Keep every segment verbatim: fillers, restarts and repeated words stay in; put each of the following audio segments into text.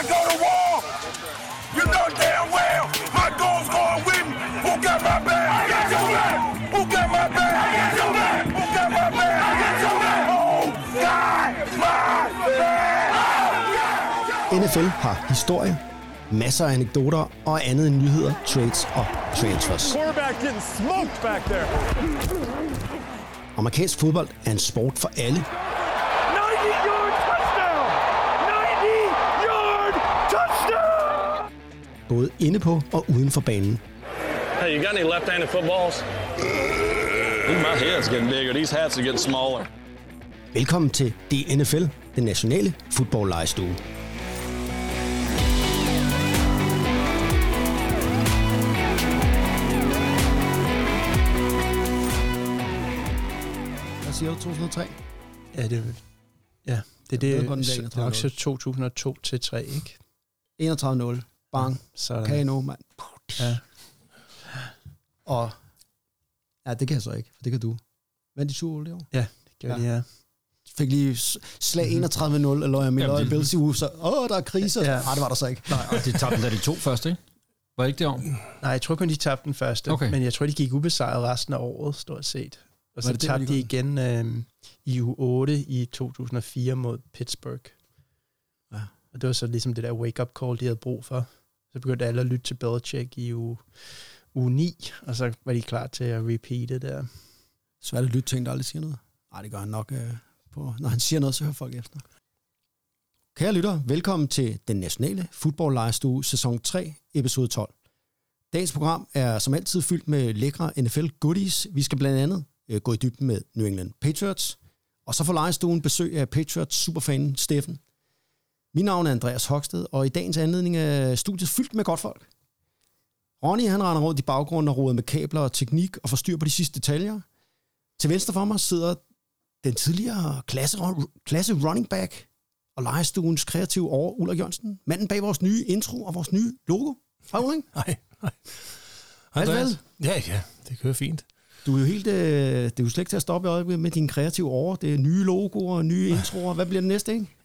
go to war. You know damn well my goal's going with me. Who got my back? I got your back. Who got my back? I got your back. Who got my back? I got your back. Oh, God, my back. N F L har historie, masser af anekdoter og andet end nyheder, trades og transfers. Amerikansk fodbold er en sport for alle. ninety-yard touchdown! ninety-yard touchdown! Både inde på og uden for banen. Hey, you got any left-handed footballs? My head's getting bigger. These hats are getting smaller. Velkommen til D N F L, den nationale fodboldlejestue. Hvad siger du, to tusind og tre? Ja, det er ja, det, det, det, det, det er nok så to tusind og to til tre, ikke? enogtredive nul. Bang. Så Kano, mand. ja. Og ja, det kan jeg så ikke, for det kan du. Vandt de Super Bowl det år? Ja, det gør Ja. de, ja. Fik lige slag enogtredive nul, eller jeg med løg Bills i uge, så åh, der er krise. Ja. Nej, det var der så ikke. Nej, og de tabte da de to første, ikke? Var det ikke det år? Nej, jeg tror kun, de tabte den første, Okay. men jeg tror, de gik ubesejret resten af året, stort set. Og så det det, tabte de de igen øh, i uge otte i to tusind og fire mod Pittsburgh. Ja. Og det var så ligesom det der wake-up call, de havde brug for. Så begyndte alle at lytte til Belichick i uge, uge ni, og så var de klar til at repeat det der. Svært at lytte til en, der aldrig siger noget. Nej, det gør han nok. Øh, på. Når han siger noget, så hører folk efter. Kære lytter, velkommen til den nationale fodboldlejestue, sæson tre, episode tolv. Dagens program er som altid fyldt med lækre N F L-goodies. Vi skal blandt andet øh, gå i dybden med New England Patriots, og så får lejestuen besøg af Patriots superfanen Steffen. Mit navn er Andreas Hoksted, og i dagens anledning er studiet fyldt med godt folk. Ronny, han render rundt i baggrunden og roder med kabler og teknik og får styr på de sidste detaljer. Til venstre for mig sidder den tidligere klasse, klasse running back og lejestuens kreative over Ulrik Jørgensen. Manden bag vores nye intro og vores nye logo. Hej Ulrik. Hej, hej. Hej vel. Ja, ja, det kører fint. Du er jo helt, øh, det er jo slet ikke til at stoppe i øjeblikket med din kreative over. Det er nye logoer og nye introer. Hvad bliver det næste, ikke?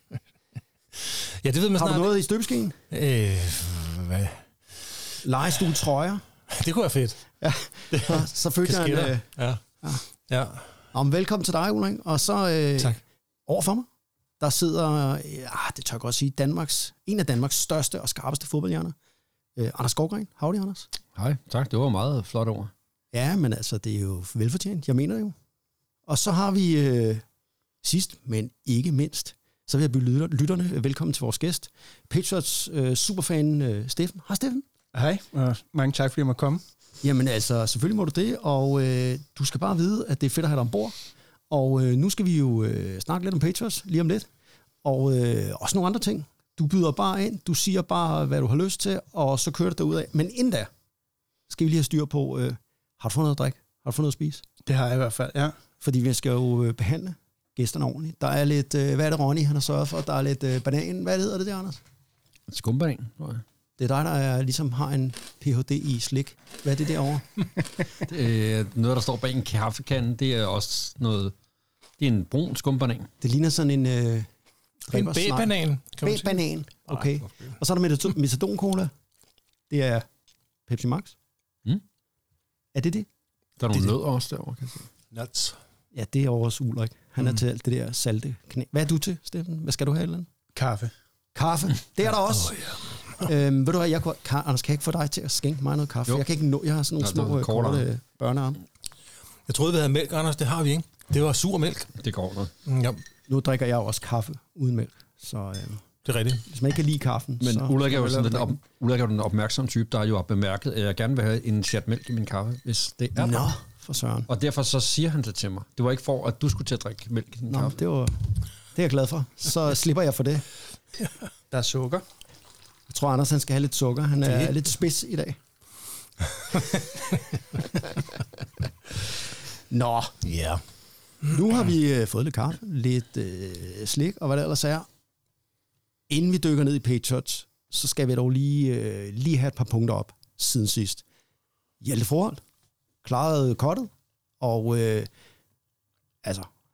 Ja, det ved man Har snart. du noget i støbeskeen? Øh, hvad? Lejestue trøjer. Det kunne være fedt. Ja, så, så følte jeg en... Kasketter. Øh, Ja. Ja. om velkommen til dig, Ulrik. Og så øh, Tak. over for mig, der sidder, øh, det tør jeg godt sige, Danmarks, en af Danmarks største og skarpeste fodboldhjerner. Øh, Anders Skovgren. Howdy, Anders. Hej, tak. Det var meget flot ord. Ja, men altså, det er jo velfortjent. Jeg mener det jo. Og så har vi øh, sidst, men ikke mindst, så vil jeg byde lytter, lytterne velkommen til vores gæst. Patriots øh, superfan øh, Steffen. Hej Steffen. Hej, og mange tak, fordi jeg må komme. Jamen altså, selvfølgelig må du det, og øh, du skal bare vide, at det er fedt at have dig ombord. Og øh, nu skal vi jo øh, snakke lidt om Patriots lige om lidt, og øh, også nogle andre ting. Du byder bare ind, du siger bare, hvad du har lyst til, og så kører det derudad. Men inden da, skal vi lige have styr på, øh, har du fået noget at drikke? Har du fået noget at spise? Det har jeg i hvert fald, ja. Fordi vi skal jo øh, behandle gæsterne ordentligt. Der er lidt, øh, hvad er det Ronny, han har sørget for? Der er lidt øh, banan. Hvad hedder det der, Anders? Skumbanan, tror jeg. Det er dig, der er, ligesom har en P H D i slik. Hvad er det derovre? Det er noget, der står bag en kaffekande. Det er også noget... Det er en brun skumbanan. Det ligner sådan en... Øh, En B-banan, kan man sige. B-banan, okay. Ej, Og så er der metadon- metadon-cola. Det er Pepsi Max. Mm. Er det det? Der er nogle Det- nødder også derovre, kan jeg sige. Nuts. Ja, det er også Ulrik. Han er Mm. til alt det der salte knæ. Hvad er du til, Steffen? Hvad skal du have, eller? Kaffe. Kaffe. Det er der også. Oh, ja. øhm, ved du hvad, jeg kunne, kan, Anders, kan jeg ikke få dig til at skænke mig noget kaffe? Jo. Jeg kan ikke nå, jeg har sådan nogle Ja, små noget øh, kortere. korte øh, børnearme. Jeg troede, vi havde mælk, Anders. Det har vi ikke. Det var sur mælk. Det går noget. Mm, Ja, Nu drikker jeg også kaffe uden mælk. Så øh, det er rigtigt. hvis man ikke kan lide kaffen, Men så... Ulrik er jo så sådan vil den, jeg op, Ulrik er jo den opmærksomme type, der jo har bemærket, at jeg gerne vil have en chat mælk i min kaffe, hvis det er Nå, der. for søren. Og derfor så siger han det til mig. Det var ikke for, at du skulle til at drikke mælk i din Nå, kaffe. det var... Det er jeg glad for. Så slipper jeg for det. Der er sukker. Jeg tror, Anders han skal have lidt sukker. Han er Det- lidt spids i dag. Nå, Ja. nu har vi øh, fået lidt kaffe, lidt øh, slik og hvad der ellers er. Inden vi dykker ned i Patriots, så skal vi dog lige, øh, lige have et par punkter op siden sidst. Hjalte Forhold klarede kottet, og øh, altså,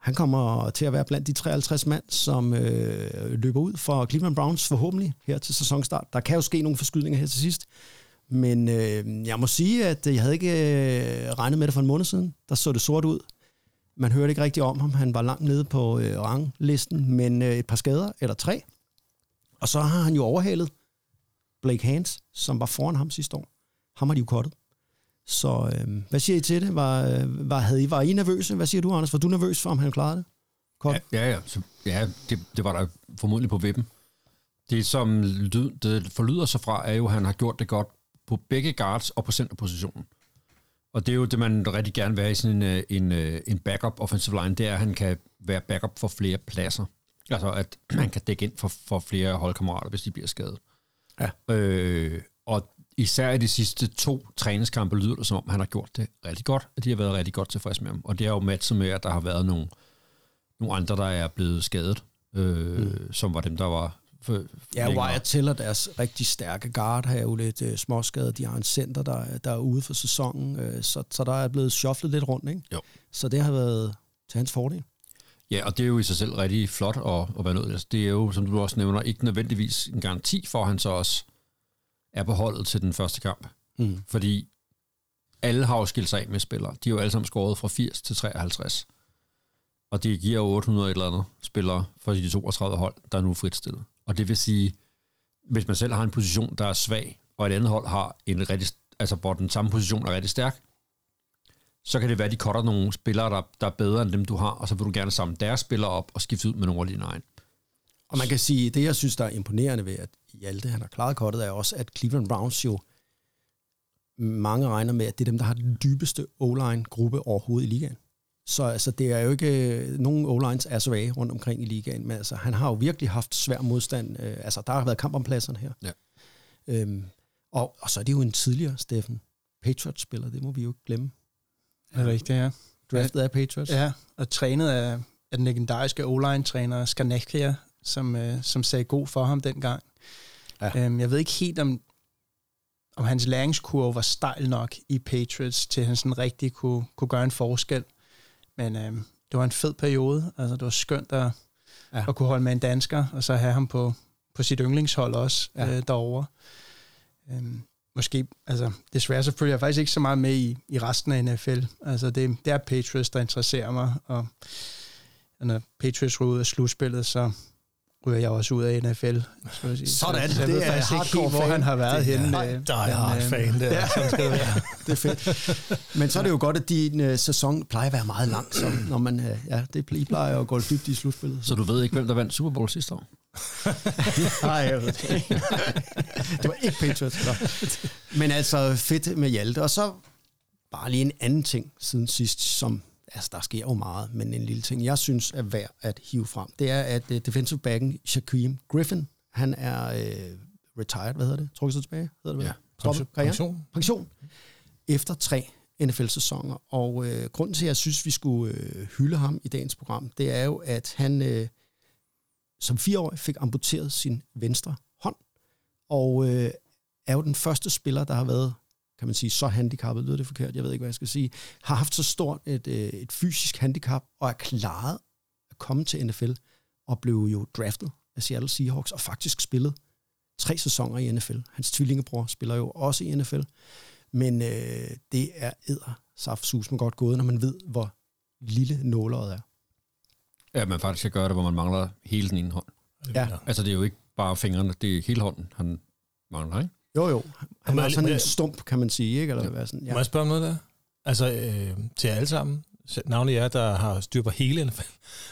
Han kommer til at være blandt de treoghalvtreds mand, som øh, løber ud for Cleveland Browns forhåbentlig her til sæsonstart. Der kan jo ske nogle forskydninger her til sidst. Men øh, jeg må sige, at jeg havde ikke øh, regnet med det for en måned siden. Der så det sort ud. Man hørte ikke rigtig om ham. Han var langt nede på øh, ranglisten, men øh, et par skader, eller tre. Og så har han jo overhalet Blake Hance, som var foran ham sidste år. Ham har de jo kottet. Så øh, hvad siger I til det? Var, var, havde I, var I nervøse? Hvad siger du, Anders? Var du nervøs for, om han klarede det? Kort. Ja, ja, ja. Så, ja det, det var der formodentlig på vippen. Det, som lyd, det forlyder sig fra, er jo, at han har gjort det godt på begge guards og på centerpositionen. Og det er jo det, man rigtig gerne vil have i sådan en, en, en backup offensive line, det er, at han kan være backup for flere pladser. Altså, at han kan dække ind for, for flere holdkammerater, hvis de bliver skadet. Ja. Øh, og især i de sidste to træningskampe lyder det, som om han har gjort det rigtig godt, og de har været rigtig godt tilfreds med ham. Og det er jo matchet med, at der har været nogle, nogle andre, der er blevet skadet, øh, mm. som var dem, der var... For, ja, Wyatt Teller, deres rigtig stærke guard, har jo lidt øh, småskadet. De har en center, der, der er ude for sæsonen, øh, så, så der er blevet shufflet lidt rundt, ikke? Jo. Så det har været til hans fordel. Ja, og det er jo i sig selv rigtig flot at, at være nødt. Det er jo, som du også nævner, ikke nødvendigvis en garanti for, at han så også er på holdet til den første kamp. Mm. Fordi alle har jo skilt sig af med spillere. De er jo alle sammen skåret fra firs til treoghalvtreds. Og det giver jo otte hundrede et eller andet spillere for de toogtredive hold, der er nu fritstillet. Og det vil sige, hvis man selv har en position, der er svag, og et andet hold har en rigtig, altså hvor den samme position er rigtig stærk, så kan det være, at de cutter nogle spillere, der, der er bedre end dem, du har, og så vil du gerne samle deres spillere op og skifte ud med nogle af dine egne. Og man kan sige, det jeg synes, der er imponerende ved, at Hjalte, han har klaret cuttet, er også, at Cleveland Browns jo mange regner med, at det er dem, der har den dybeste O-line-gruppe overhovedet i ligaen. Så altså, det er jo ikke... Nogen O-lines er svage rundt omkring i ligaen, men altså, han har jo virkelig haft svær modstand. Øh, altså, der har været kamp om pladserne her. Ja. Øhm, og, og så er det jo en tidligere, Steffen, Patriots-spiller, det må vi jo ikke glemme. Det er rigtigt, ja. Draftet af Patriots. Ja, og trænet af, af den legendariske O-line-træner Skarnakia, som, øh, som sagde god for ham dengang. Ja. Øhm, jeg ved ikke helt, om, om hans læringskurve var stejl nok i Patriots, til han sådan rigtig kunne, kunne gøre en forskel. Men øhm, det var en fed periode. Altså, det var skønt at, ja. at kunne holde med en dansker, og så have ham på, på sit yndlingshold også ja. øh, derovre. Øhm, måske, altså, desværre selvfølgelig er jeg faktisk ikke så meget med i, i resten af N F L. Altså, det, det er Patriots, der interesserer mig, og når Patriots ryger ud af slutspillet, så ryger jeg også ud af N F L. Sådan, så det, jeg ved det er faktisk ikke, hvor han har været det, henne. Ja, der er jeg fan, det er. Sådan skal det være. Det er fedt. Men så er det jo godt, at din uh, sæson plejer at være meget lang, så når man, uh, ja, det plejer at gå dybt i slutspillet. Så du ved ikke, hvem der vandt Super Bowl sidste år? Nej, jeg ved det ikke. Det var ikke Patriots. Men altså, fedt med Hjalte. Og så bare lige en anden ting siden sidst, som, altså der sker jo meget, men en lille ting, jeg synes er værd at hive frem, det er, at uh, defensive backen Shaquem Griffin, han er uh, retired, hvad hedder det? Trukket sig tilbage? Hedder det, ja, pension. pension. Pension. Efter tre N F L-sæsoner. Og øh, grunden til, at jeg synes, vi skulle øh, hylde ham i dagens program, det er jo, at han øh, som fireårig fik amputeret sin venstre hånd, og øh, er jo den første spiller, der har været, kan man sige, så handicappet, lyder det forkert, jeg ved ikke, hvad jeg skal sige, har haft så stort et, øh, et fysisk handicap, og er klaret at komme til N F L, og blev jo draftet af Seattle Seahawks, og faktisk spillet tre sæsoner i N F L. Hans tvillingebror spiller jo også i N F L, men øh, det er eddersaftsus med godt gået, når man ved, hvor lille nåleret er. Ja, man faktisk kan gøre det, hvor man mangler hele den ene hånd. Ja. Altså, det er jo ikke bare fingrene, det er hele hånden, han mangler, ikke? Jo, jo. Han er sådan en jeg, stump, kan man sige, ikke? Eller ja. hvad sådan, ja. Må jeg spørge om noget der? Altså, øh, til jer alle sammen, navnet jer, der har styr på hele N F L.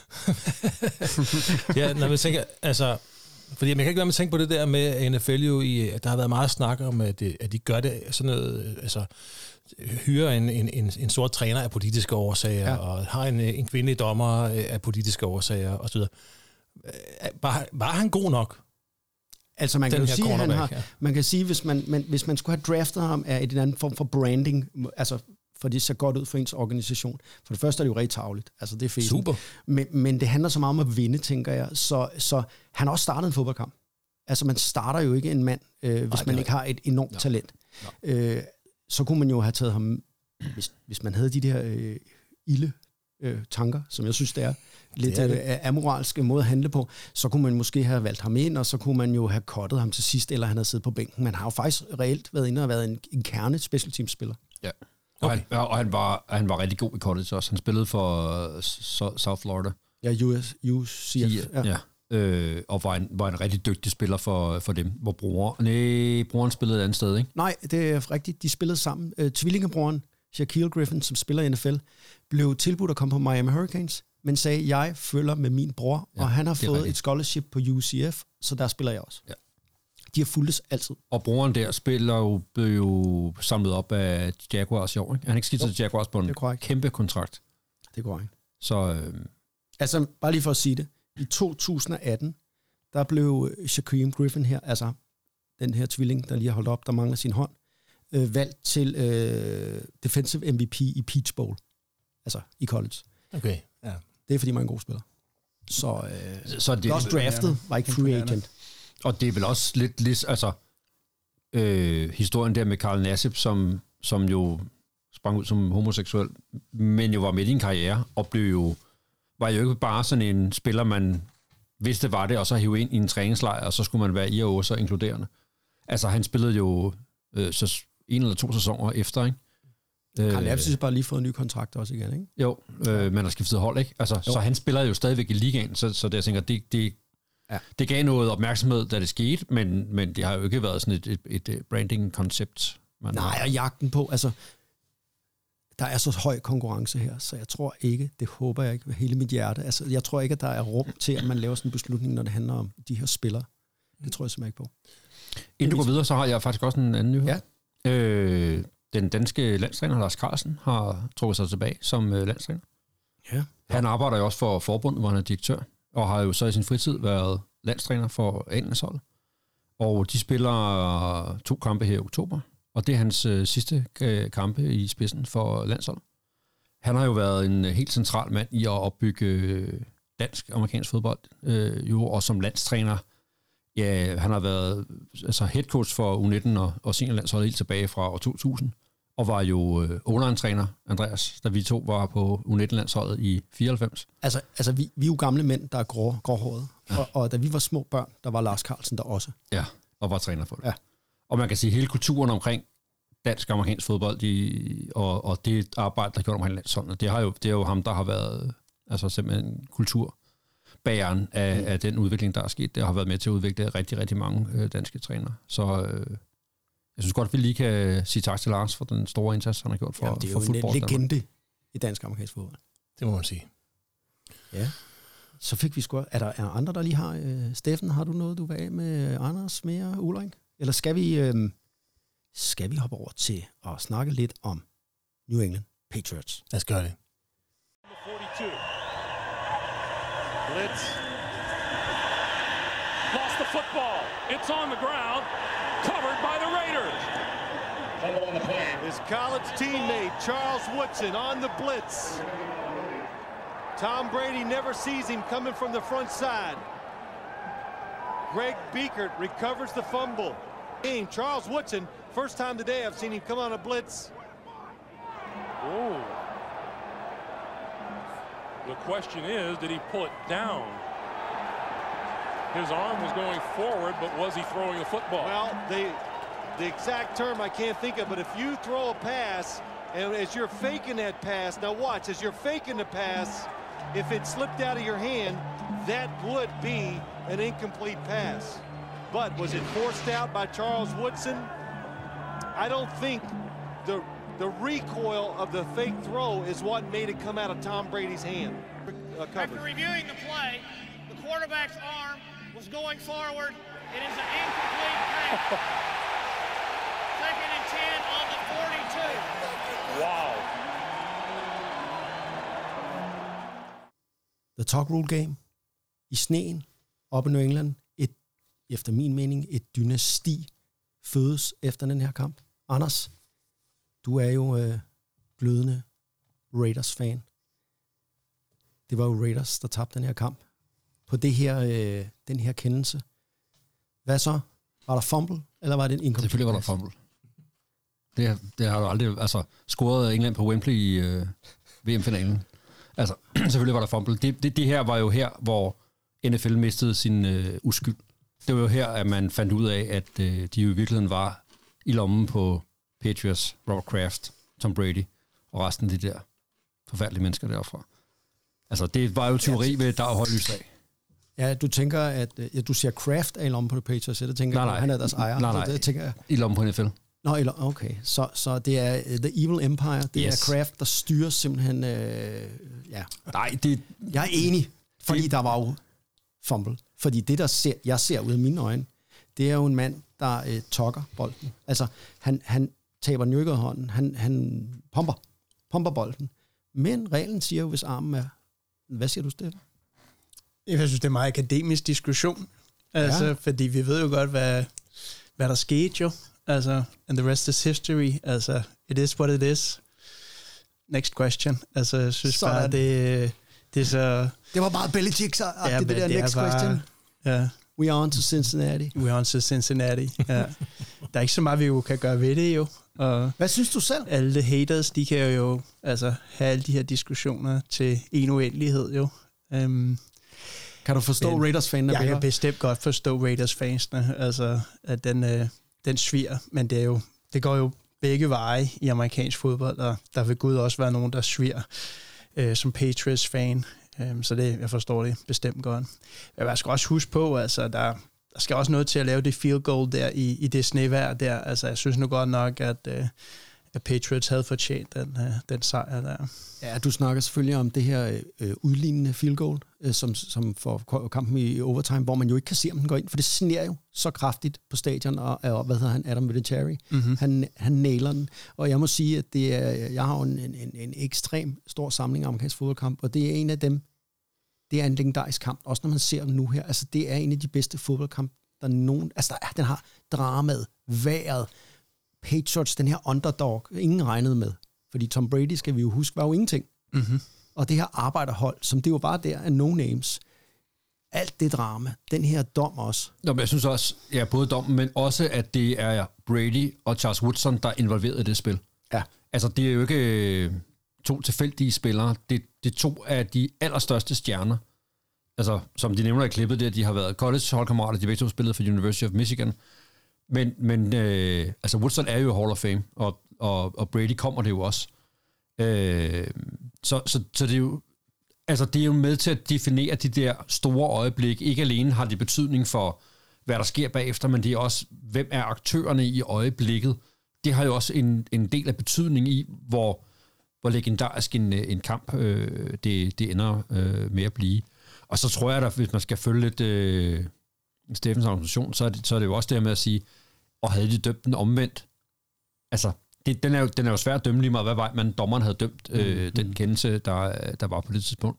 Ja, når man tænker, altså, fordi man kan ikke være med at tænke på det der med N F L jo, i, der har været meget snak om, at, det, at de gør det sådan noget, altså, hyrer en, en, en, en sort træner af politiske årsager, ja. Og har en, en kvindelig dommer af politiske årsager, osv. Var, var han god nok? Altså man kan jo sige, han har, ja. man kan sige, hvis man, man, hvis man skulle have draftet ham af en anden form for branding, altså for det ser godt ud for ens organisation. For det første er det jo rigtig tarveligt, altså det er fedt. Super. Men, men det handler så meget om at vinde, tænker jeg. Så, så han har også startet en fodboldkamp. Altså man starter jo ikke en mand, øh, hvis Ej, man ikke har et enormt no. talent. No. Øh, så kunne man jo have taget ham, hvis, hvis man havde de der øh, ilde øh, tanker, som jeg synes, det er lidt det er det. Øh, amoralske måde at handle på, så kunne man måske have valgt ham ind, og så kunne man jo have cuttet ham til sidst, eller han havde siddet på bænken. Man har jo faktisk reelt været inde og været en, en kerne special team spiller. Ja. Og, okay. han, og han, var, han var rigtig god i college også. Han spillede for uh, South Florida. Ja, U S, U C F. Ja. ja. Øh, og var en, var en rigtig dygtig spiller for, for dem, hvor bror... Nej, broren spillede et andet sted, ikke? Nej, det er rigtigt. De spillede sammen. Øh, tvillingebroren, Shaquille Griffin, som spiller i N F L, blev tilbudt at komme på Miami Hurricanes, men sagde, jeg følger med min bror, ja, og han har fået rigtigt. et scholarship på U C F, så der spiller jeg også. Ja. De har fulgtes altid. Og broren der spiller jo, blev jo samlet op af Jaguars i år, ikke? Han har ikke skiftet til Jaguars på en kæmpe kontrakt. Det er korrekt. Så... Øh... Altså, bare lige for at sige det. I to tusind atten, der blev Shaquille Griffin her, altså den her tvilling, der lige har holdt op, der mangler sin hånd, øh, valgt til øh, Defensive M V P i Peach Bowl. Altså i college. Okay, ja. Det er, fordi man er en god spiller. Så, øh, så det også draftet, var ikke free agent. Og det er vel også lidt, lidt altså, øh, historien der med Carl Nassib, som, som jo sprang ud som homoseksuel, men jo var midt i en karriere, og blev jo, var jo ikke bare sådan en spiller, man vidste var det, og så hive ind i en træningslejr, og så skulle man være i og så inkluderende. Altså, han spillede jo øh, så en eller to sæsoner efter, ikke? Carl Nassib bare lige fået en ny kontrakt også igen, ikke? Jo, øh, man har skiftet hold, ikke? Altså, så han spiller jo stadigvæk i ligaen, så, så det, jeg tænker, det, det, ja. det gav noget opmærksomhed, da det skete, men, men det har jo ikke været sådan et, et, et branding-koncept. Nej, og jagten på, altså, der er så høj konkurrence her, så jeg tror ikke, det håber jeg ikke med hele mit hjerte, altså, jeg tror ikke, at der er rum til, at man laver sådan en beslutning, når det handler om de her spillere. Det tror jeg simpelthen ikke på. Inden du går videre, så har jeg faktisk også en anden nyhed. Ja. Øh, Den danske landstræner, Lars Carlsen, har trukket sig tilbage som øh, landstræner. Ja. Han arbejder jo også for forbundet, hvor han er direktør, og har jo så i sin fritid været landstræner for A-landsholdet. Og de spiller to kampe her i oktober, og det er hans øh, sidste øh, kampe i spidsen for landsholdet. Han har jo været en helt central mand i at opbygge øh, dansk-amerikansk fodbold, øh, jo, og som landstræner. Ja, han har været altså head coach for U nitten og, og seniorlandsholdet helt tilbage fra år to tusind, og var jo øh, O-line-træner, Andreas, da vi to var på U nitten-landsholdet i fireoghalvfems. Altså, altså vi, vi er jo gamle mænd, der er grå, gråhårede, ja. og, og da vi var små børn, der var Lars Carlsen der også. Ja, og var træner for det. Ja. Og man kan sige, hele kulturen omkring dansk-amerikansk fodbold, de, og, og det arbejde, der gjort omkring landsholdet, det, har jo, det er jo ham, der har været altså simpelthen kultur. Bæren af, mm. af den udvikling, der er sket. Det har været med til at udvikle rigtig, rigtig mange øh, danske trænere. Så øh, jeg synes godt, at vi lige kan sige tak til Lars for den store indsats, han har gjort for, Jamen, for fodbold. Det er jo en legende i dansk-amerikansk fodbold. Det må man sige. Ja. Så fik vi sgu... Er der er andre, der lige har... Øh, Steffen, har du noget, du vil af med Anders mere, Ulrik? Eller skal vi, øh, skal vi hoppe over til at snakke lidt om New England Patriots? Lad os gøre det. Blitz. Lost the football. It's on the ground. Covered by the Raiders. His college teammate, Charles Woodson, on the blitz. Tom Brady never sees him coming from the front side. Greg Biekert recovers the fumble. Charles Woodson, first time today I've seen him come on a blitz. Oh. The question is, did he pull it down? His arm was going forward, but was he throwing the football? Well, they, the exact term I can't think of, but if you throw a pass, and as you're faking that pass, now watch, as you're faking the pass, if it slipped out of your hand, that would be an incomplete pass. But was it forced out by Charles Woodson? I don't think the The recoil of the fake throw is what made it come out of Tom Brady's hand. Uh, After reviewing the play, the quarterback's arm was going forward. It is an incomplete pass. Second and ten on the forty-two. Wow. The Talk Rule Game. I sneen, oppe i New England. Et, efter min mening, et dynasti fødes efter den her kamp. Anders, du er jo øh, glødende Raiders-fan. Det var jo Raiders, der tabte den her kamp. På det her, øh, den her kendelse. Hvad så? Var der fumble, eller var det en incomplete? Selvfølgelig var der fumble. Det, det har du aldrig... Altså, scoret England på Wembley i øh, V M-finalen. Altså, selvfølgelig var der fumble. Det, det, det her var jo her, hvor N F L mistede sin øh, uskyld. Det var jo her, at man fandt ud af, at øh, de jo i virkeligheden var i lommen på Patriots, Robert Kraft, Tom Brady og resten af de der forfærdelige mennesker derfra. Altså, det var jo teori ved dag og hold lys af. Ja, du tænker, at ja, du siger Kraft er i lommen på Patriots, så det tænker nej, jeg, nej. han er deres ejer. Nej, nej, det tænker jeg. I lommen på N F L. Nå, eller, okay. Så, så det er uh, The Evil Empire, det yes. er Kraft, der styrer simpelthen, øh, ja. Nej, det... Jeg er enig, fordi det, der var jo fumble. Fordi det, der ser, jeg ser ud af mine øjne, det er jo en mand, der øh, tokker bolden. Altså, han, han taber den jo ikke af hånden. Han, han pumper, pumper bolden. Men reglen siger jo, hvis armen er... Hvad siger du, Steffen? Jeg synes, det er en meget akademisk diskussion. Altså, ja. Fordi vi ved jo godt, hvad, hvad der skete jo. Altså, and the rest is history. Altså, it is what it is. Next question. Altså, jeg synes Sådan. bare, det, det er så... Det var bare Belichick, så ja, det, det der det next bare, question. Ja. We are on to Cincinnati. We are on to Cincinnati, ja. Der er ikke så meget, vi jo kan gøre ved det jo. Og hvad synes du selv? Alle haters, de kan jo altså, have alle de her diskussioner til en uendelighed jo. Um, kan du forstå Raiders-fanene? Jeg kan bestemt godt forstå Raiders-fansene, altså at den, øh, den svir, men det er jo, det går jo begge veje i amerikansk fodbold, og der vil Gud også være nogen, der svir øh, som Patriots-fan. Um, så det, jeg forstår det bestemt godt. Men jeg skal også huske på, altså der, der skal også noget til at lave det field goal der i, i det snevejr der. Altså jeg synes nu godt nok, at, uh, at Patriots havde fortjent den, uh, den sejr der. Ja, du snakker selvfølgelig om det her øh, udlignende field goal, øh, som, som for kampen i overtime, hvor man jo ikke kan se, om den går ind, for det sneer jo så kraftigt på stadion, og, og hvad hedder han, Adam Vinatieri, mm-hmm. han, han nailer den. Og jeg må sige, at det er, jeg har jo en, en, en ekstrem stor samling af amerikansk fodboldkamp, og det er en af dem, det er en legendarisk kamp, også når man ser dem nu her. Altså, det er en af de bedste fodboldkamp, der nogen... Altså, der er, den har dramaet, vejret, Patriots, den her underdog, ingen regnede med. Fordi Tom Brady, skal vi jo huske, var jo ingenting. Mm-hmm. Og det her arbejderhold, som det jo bare der er no names. Alt det drama, den her dom også. Nå, men jeg synes også, ja, både dommen, men også, at det er Brady og Charles Woodson, der er involveret i det spil. Ja. Altså, det er jo ikke to tilfældige spillere. Det, det er to af de allerstørste stjerner. Altså, som de nævner i klippet, det er, at de har været college-holdkammerater, de begge to spillet for University of Michigan. Men, men øh, altså, Woodson er jo Hall of Fame, og, og, og Brady kommer det jo også. Øh, så, så, så det er jo altså, det er jo med til at definere de der store øjeblik. Ikke alene har det betydning for, hvad der sker bagefter, men det er også, hvem er aktørerne i øjeblikket. Det har jo også en, en del af betydning i, hvor, hvor legendarisk en, en kamp øh, det, det ender øh, med at blive. Og så tror jeg, at hvis man skal følge lidt øh, Steffens argumentation, så er, det, så er det jo også det med at sige, og havde de dømt den omvendt? Altså, det, den, er jo, den er jo svært at dømme lige meget, hvad vej man dommeren havde dømt øh, mm. den kendelse, der, der var på det tidspunkt.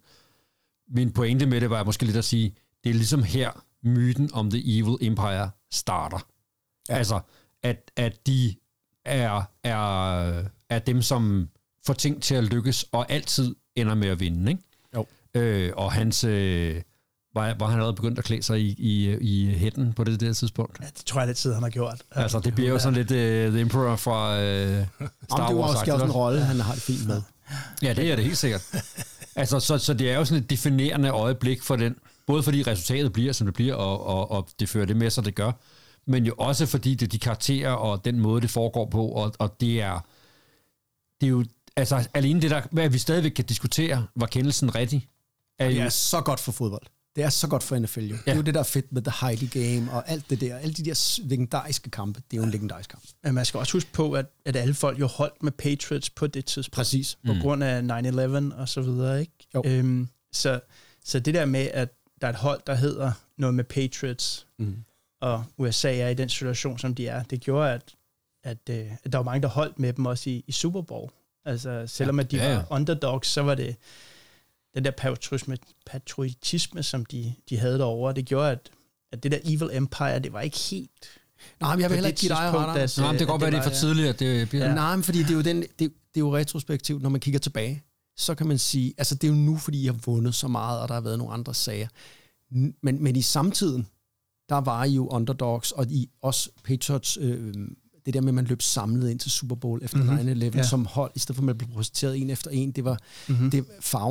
Min pointe med det var måske lidt at sige, det er ligesom her, myten om The Evil Empire starter. Ja. Altså, at, at de er, er, er dem, som får ting til at lykkes, og altid ender med at vinde, ikke? Jo. Øh, og hans... Øh, var, var han allerede begyndt at klæde sig i, i, i hætten på det der tidspunkt? Ja, det tror jeg altid, han har gjort. Altså, det bliver jo sådan lidt uh, The Emperor fra uh, Star Wars. Det var også, også en rolle, han har det fint med. Ja, det er det helt sikkert. Altså, så, så det er jo sådan et definerende øjeblik for den, både fordi resultatet bliver, som det bliver, og, og, og det fører det med sig, det gør, men jo også fordi det er de karakterer, og den måde, det foregår på, og, og det er, det er jo, altså, alene det der, hvad vi stadigvæk kan diskutere, var kendelsen rigtig? Er det er jo så godt for fodbold. Det er så godt for N F L jo. Ja. Det er jo det, der er fedt med The Heidi Game og alt det der. Alle de der legendariske kampe, det er jo en legendarisk kamp. Men man skal også huske på, at, at alle folk jo holdt med Patriots på det tidspunkt. Præcis. På mm. grund af nine eleven og så videre, ikke? Øhm, så, så det der med, at der er et hold, der hedder noget med Patriots, mm. og U S A er i den situation, som de er, det gjorde, at, at, at, at der var mange, der holdt med dem også i, i Super Bowl. Altså, selvom ja, at de ja, ja. var underdogs, så var det den der patriotisme, patriotisme som de, de havde derovre, det gjorde, at, at det der Evil Empire, det var ikke helt... Nej, men jeg vil heller ikke give dig ret. Nej, men det kan godt være, det er for tidligt, at det bliver... Ja. Nej, men fordi det er, jo den, det, det er jo retrospektivt, når man kigger tilbage, så kan man sige, altså det er jo nu, fordi I har vundet så meget, og der har været nogle andre sager. Men, men i samtiden, der var I jo underdogs, og I også Patriots... Øh, det der med, at man løb samlet ind til Super Bowl efter mm-hmm. nine eleven, ja. som hold, i stedet for at man blev præsenteret en efter en, det var mm-hmm. det farverne.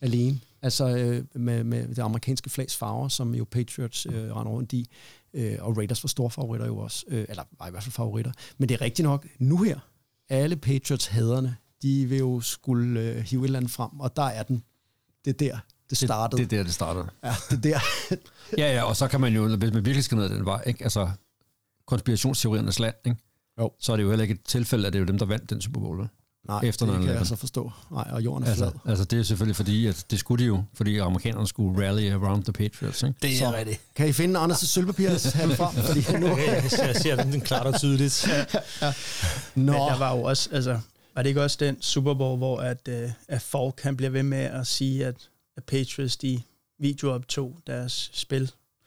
alene. Altså øh, med, med det amerikanske flags farver, som jo Patriots øh, render rundt i, øh, og Raiders var store favoritter jo også, øh, eller var i hvert fald favoritter. Men det er rigtigt nok, nu her, alle Patriots-haderne, de vil jo skulle øh, hive et eller andet frem, og der er den. Det er der, det startede. Det, det er der, det startede. Ja, det er der. ja, ja, og så kan man jo, hvis man virkelig skal ned ad den vej, ikke? Altså konspirationsteoriernes land, ikke? Jo. Så er det jo heller ikke et tilfælde, at det er jo dem, der vandt den Super Bowl. Nej, efter det kan jeg så forstå. Nej, og jorden er altså, flad. Altså, det er selvfølgelig fordi, at det skulle de jo, fordi amerikanerne skulle rally around the Patriots, ikke? Det er rigtigt. Kan I finde Anders' sølvpapir herfra? Fordi nu... jeg ser den klart og tydeligt. ja. Ja. Men der var jo også, altså, var det ikke også den Super Bowl, hvor at, uh, at Falk, han bliver ved med at sige, at, at Patriots, de videooptog deres spil,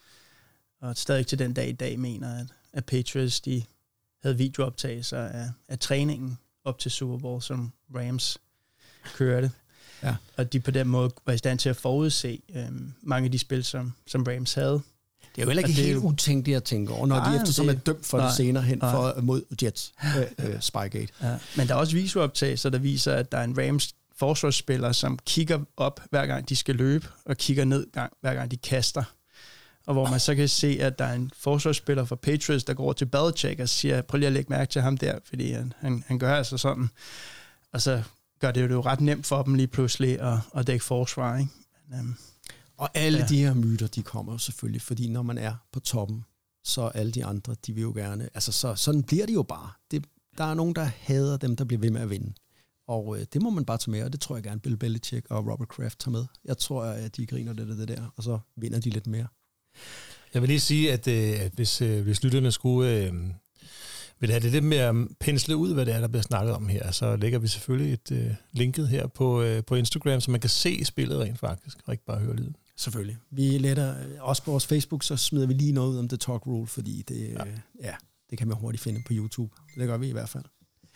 og stadig til den dag i dag mener, at, at Patriots, de havde videooptagelser af, af træningen op til Super Bowl, som Rams kørte. Ja. Og de på den måde var i stand til at forudse øhm, mange af de spil, som, som Rams havde. Det er jo heller ikke helt jo... utænkeligt at tænke over, når nej, de eftersom det... er dømt for nej, det senere hen for, mod Jets, øh, øh, Spygate. Ja. Men der er også videooptagelser, der viser, at der er en Rams forsvarsspiller, som kigger op, hver gang de skal løbe, og kigger ned, hver gang de kaster. Og hvor man så kan se, at der er en forsvarsspiller fra Patriots, der går til Belichick og siger, prøv lige at lægge mærke til ham der, fordi han, han, han gør altså sådan. Og så gør det jo ret nemt for dem lige pludselig at, at dække forsvar, ikke? Men, um, og alle ja. de her myter, de kommer jo selvfølgelig, fordi når man er på toppen, så alle de andre, de vil jo gerne, altså så, sådan bliver det jo bare. Det, der er nogen, der hader dem, der bliver ved med at vinde. Og øh, det må man bare tage med, og det tror jeg gerne, Bill Belichick og Robert Kraft tager med. Jeg tror, at de griner lidt af det der, og så vinder de lidt mere. Jeg vil lige sige, at, øh, at hvis, øh, hvis lytterne skulle øh, vil have det lidt mere penslet ud, hvad det er, der bliver snakket om her, så lægger vi selvfølgelig et øh, linket her på, øh, på Instagram, så man kan se spillet rent faktisk, og ikke bare høre lyden. Selvfølgelig. Vi letter også på vores Facebook, så smider vi lige noget ud om The Talk Rule, fordi det, ja. Øh, ja, det kan man hurtigt finde på YouTube. Det gør vi i hvert fald.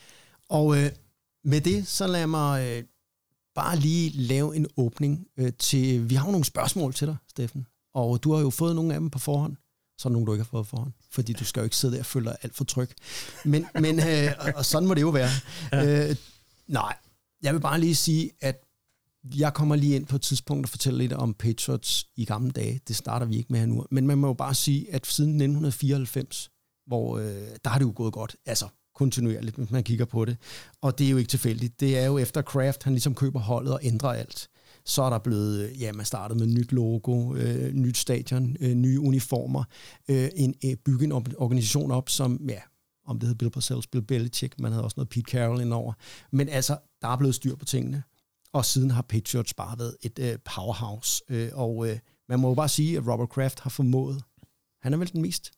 Og øh, med det, så lad mig øh, bare lige lave en åbning øh, til... Vi har jo nogle spørgsmål til dig, Steffen. Og du har jo fået nogle af dem på forhånd. Så er nogle, du ikke har fået på forhånd. Fordi du skal jo ikke sidde der og føle dig alt for tryg. Men, men øh, og sådan må det jo være. Ja. Øh, nej, jeg vil bare lige sige, at jeg kommer lige ind på et tidspunkt og fortælle lidt om Patriots i gamle dage. Det starter vi ikke med her nu. Men man må jo bare sige, at siden nitten fireoghalvfems, hvor øh, der har det jo gået godt. Altså kontinuerligt, hvis man kigger på det. Og det er jo ikke tilfældigt. Det er jo efter Kraft, han ligesom køber holdet og ændrer alt. Så er der blevet, ja, man startede med nyt logo, øh, nyt stadion, øh, nye uniformer, øh, en, øh, bygge en organisation op, som, ja, om det hedder Bill Parcells, Bill Belichick, man havde også noget Pete Carroll indover. Men altså, der er blevet styr på tingene, og siden har Patriots bare været et øh, powerhouse. Øh, og øh, man må jo bare sige, at Robert Kraft har formået, han er vel den mest,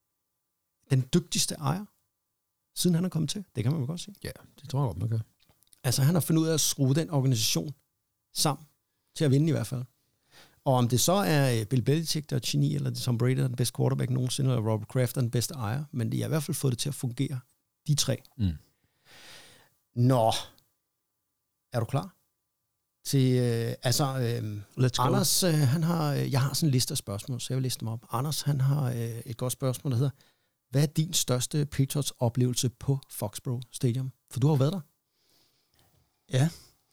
den dygtigste ejer, siden han er kommet til. Det kan man jo godt sige. Ja, det tror jeg godt, man kan. Altså, han har fundet ud af at skrue den organisation sammen, til at vinde i hvert fald. Og om det så er Bill Belichick, der er geni, eller det er Tom Brady, der er den bedste quarterback nogensinde, eller Robert Kraft, der er den bedste ejer, men de har i hvert fald fået det til at fungere. De tre. Mm. Nå, er du klar? Til, øh, altså, øh, Anders, øh, han har, øh, jeg har sådan en liste af spørgsmål, så jeg vil liste dem op. Anders, han har øh, et godt spørgsmål, der hedder, hvad er din største Patriots-oplevelse på Foxborough Stadium? For du har jo været der. Ja.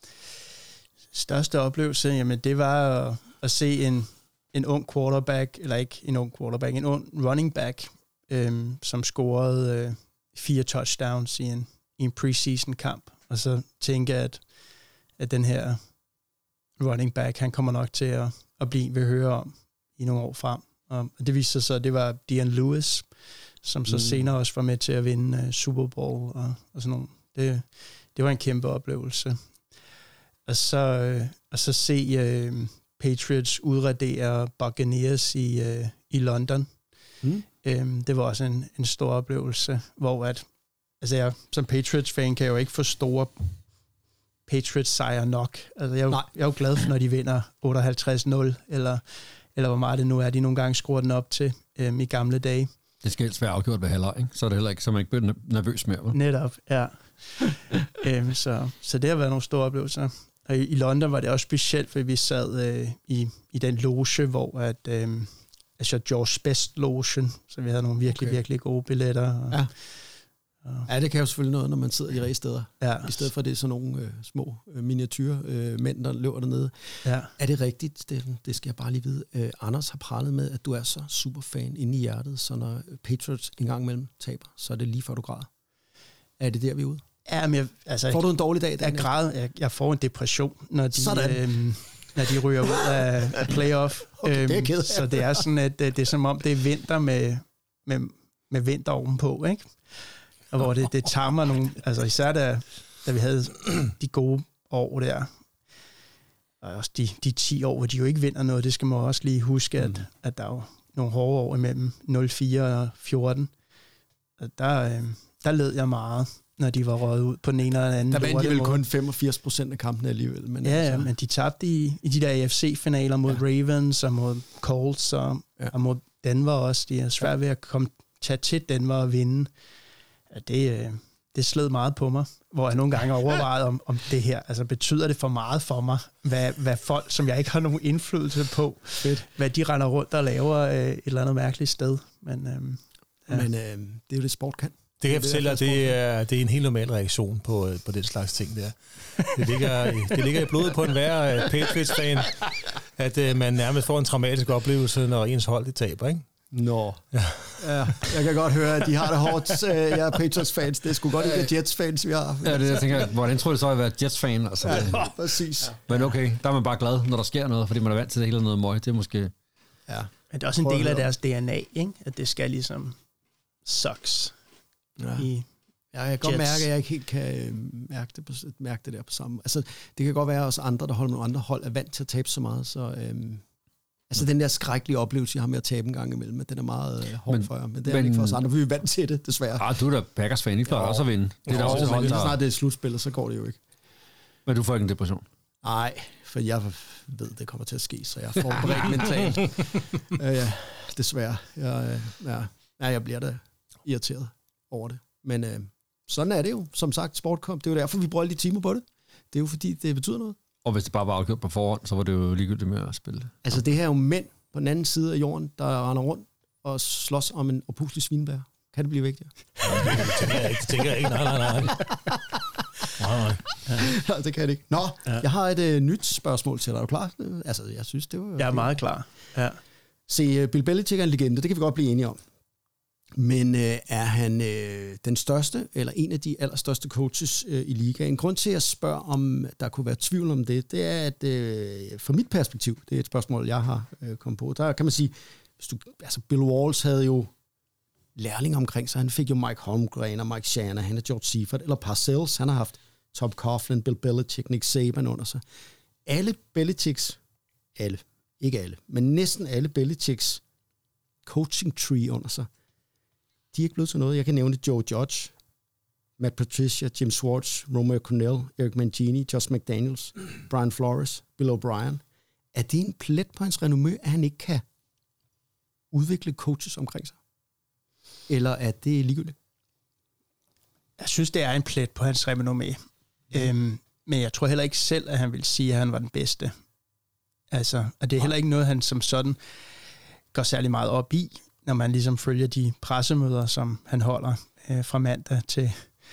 Største oplevelse, jamen det var at, at se en, en ung quarterback, eller ikke en ung quarterback, en ung running back, øhm, som scorede øh, fire touchdowns i en, i en preseason kamp. Og så tænke, at, at den her running back, han kommer nok til at, at blive ved høre om i nogle år frem. Og det viste sig så, at det var Dion Lewis, som så mm. senere også var med til at vinde uh, Super Bowl og, og sådan nogle. Det, det var en kæmpe oplevelse. Og så, øh, og så se øh, Patriots udradere Buccaneers i, øh, i London. Mm. Øhm, det var også en, en stor oplevelse, hvor at, altså jeg som Patriots-fan kan jeg jo ikke få store Patriots-sejre nok. Altså jeg, er jo, jeg er jo glad for, når de vinder otteoghalvtreds nul, eller, eller hvor meget det nu er, de nogle gange skruer den op til øhm, i gamle dage. Det skal helst være afgjort ved halvleg, ikke? Så er det heller ikke, så man ikke bliver nervøs mere. Vel? Netop, ja. øhm, så, så det har været nogle store oplevelser. Og i, i London var det også specielt, fordi vi sad øh, i, i den loge, hvor at, øh, altså George Best logen, så vi havde nogle virkelig, okay. virkelig gode billetter. Og, ja. Ja, det kan jo selvfølgelig noget, når man sidder i de steder. Ja. I stedet for, det er sådan nogle øh, små øh, miniatyre øh, mænd, der løber dernede. Ja. Er det rigtigt, Steffen? Det skal jeg bare lige vide. Øh, Anders har pralet med, at du er så super fan inde i hjertet, så når Patriots en gang imellem taber, så er det lige før du græder. Er det der, vi er ude? Ja, men jeg, altså, får du en dårlig dag? Jeg, græd, jeg, jeg får en depression, når de, Sådan. øh, når de ryger ud af, af playoff. Okay, det er ked af. Så det er sådan, at det er som om, det er vinter med, med, med vinter ovenpå, ikke? Og hvor det, det tager mig nogle... Altså især da, da vi havde de gode år der, og også de, de ti år, hvor de jo ikke vinder noget, det skal man også lige huske, at, mm. at der er jo nogle hårde år imellem nul fire og fjorten. Og der, øh, der led jeg meget, når de var røget ud på den ene eller den anden. Der vandt de vel kun femogfirs procent af kampene alligevel. Men ja, altså. ja, men de tabte i, i de der A F C-finaler mod ja. Ravens og mod Colts og, ja. og mod Denver også. De er svært ved at komme tage til Denver og vinde. Ja, det, det sled meget på mig, hvor jeg nogle gange overvejede om, om det her. Altså betyder det for meget for mig, hvad, hvad folk, som jeg ikke har nogen indflydelse på, Fedt. hvad de render rundt og laver øh, et eller andet mærkeligt sted. Men, øh, ja. men øh, det er jo det, sport kan. Det kan jeg fortælle dig, det er, det er en helt normal reaktion på, på den slags ting der. Det ligger, det ligger i blodet på enhver Patriots-fan, at uh, man nærmest får en traumatisk oplevelse, når ens hold det taber, ikke? Nå. Ja. Ja, jeg kan godt høre, at de har det hårdt. Jeg er Patriots-fans. Det er sgu godt ikke være Jets-fans, vi har. Ja, det jeg tænker, hvordan tror du så at være Jets-fan? Altså, ja, præcis. Ja. Men okay, der er man bare glad, når der sker noget, fordi man er vant til det hele noget møg. Det er måske... Ja. Men det er også en del af deres D N A, ikke? At det skal ligesom sucks. Ja. I ja, jeg kan godt mærke, at jeg ikke helt kan mærke det, på, mærke det der på samme. Altså, det kan godt være, at også andre, der holder med andre hold, er vant til at tabe så meget. Så, øhm, altså, den der skrækkelige oplevelse, jeg har med at tabe en gang imellem, den er meget øh, hård for jer. Men det er men, ikke for os andre, vi er vant til det, desværre. Ah, du er da Packers-fan, I plejer også at vinde. Det er jo, da også men lige snart det er slutspillet, så går det jo ikke. Men du får ikke en depression? Nej, for jeg ved, det kommer til at ske, så jeg får forberedt mentalt. øh, ja, desværre. Jeg, ja, ja, jeg bliver da irriteret over det. Men øh, sådan er det jo. Som sagt, sportkomp, det er jo derfor, vi bruger alle de timer på det. Det er jo fordi, det betyder noget. Og hvis det bare var afgjort på forhånd, så var det jo ligegyldigt med at spille det. Altså, det her er jo mænd på den anden side af jorden, der render rundt og slås om en oppuslig svinebær. Kan det blive vigtigere? Ja, det tænker jeg ikke. Det tænker jeg ikke. Nej, nej, nej. Nej, nej. Ja, det kan det ikke. Nå, ja. Jeg har et uh, nyt spørgsmål til dig. Er du klar? Altså, jeg synes, det var... Jeg er meget klar. Ja. Se, Bill Belichick er en legende. Det kan vi godt blive enige om. Men øh, er han øh, den største, eller en af de allerstørste coaches øh, i ligaen? En grund til at spørge, om der kunne være tvivl om det, det er, at øh, fra mit perspektiv, det er et spørgsmål, jeg har øh, kommet på, der kan man sige, hvis du, altså Bill Walsh havde jo lærling omkring sig. Han fik jo Mike Holmgren og Mike Shanahan og George Seifert, eller Parcells. Han har haft Tom Coughlin, Bill Belichick, Nick Saban under sig. Alle Belichicks, alle, ikke alle, men næsten alle Belichicks coaching tree under sig, de er ikke blevet til noget. Jeg kan nævne Joe Judge, Matt Patricia, Jim Schwartz, Romeo Cornell, Eric Mangini, Josh McDaniels, Brian Flores, Bill O'Brien. Er det en plet på hans renommé, at han ikke kan udvikle coaches omkring sig? Eller er det ligegyldigt? Jeg synes, det er en plet på hans renommé. Mm. Øhm, men jeg tror heller ikke selv, at han vil sige, at han var den bedste. Altså, og det er heller ikke noget, han som sådan går særlig meget op i, når man ligesom følger de pressemøder, som han holder øh, fra mandag til,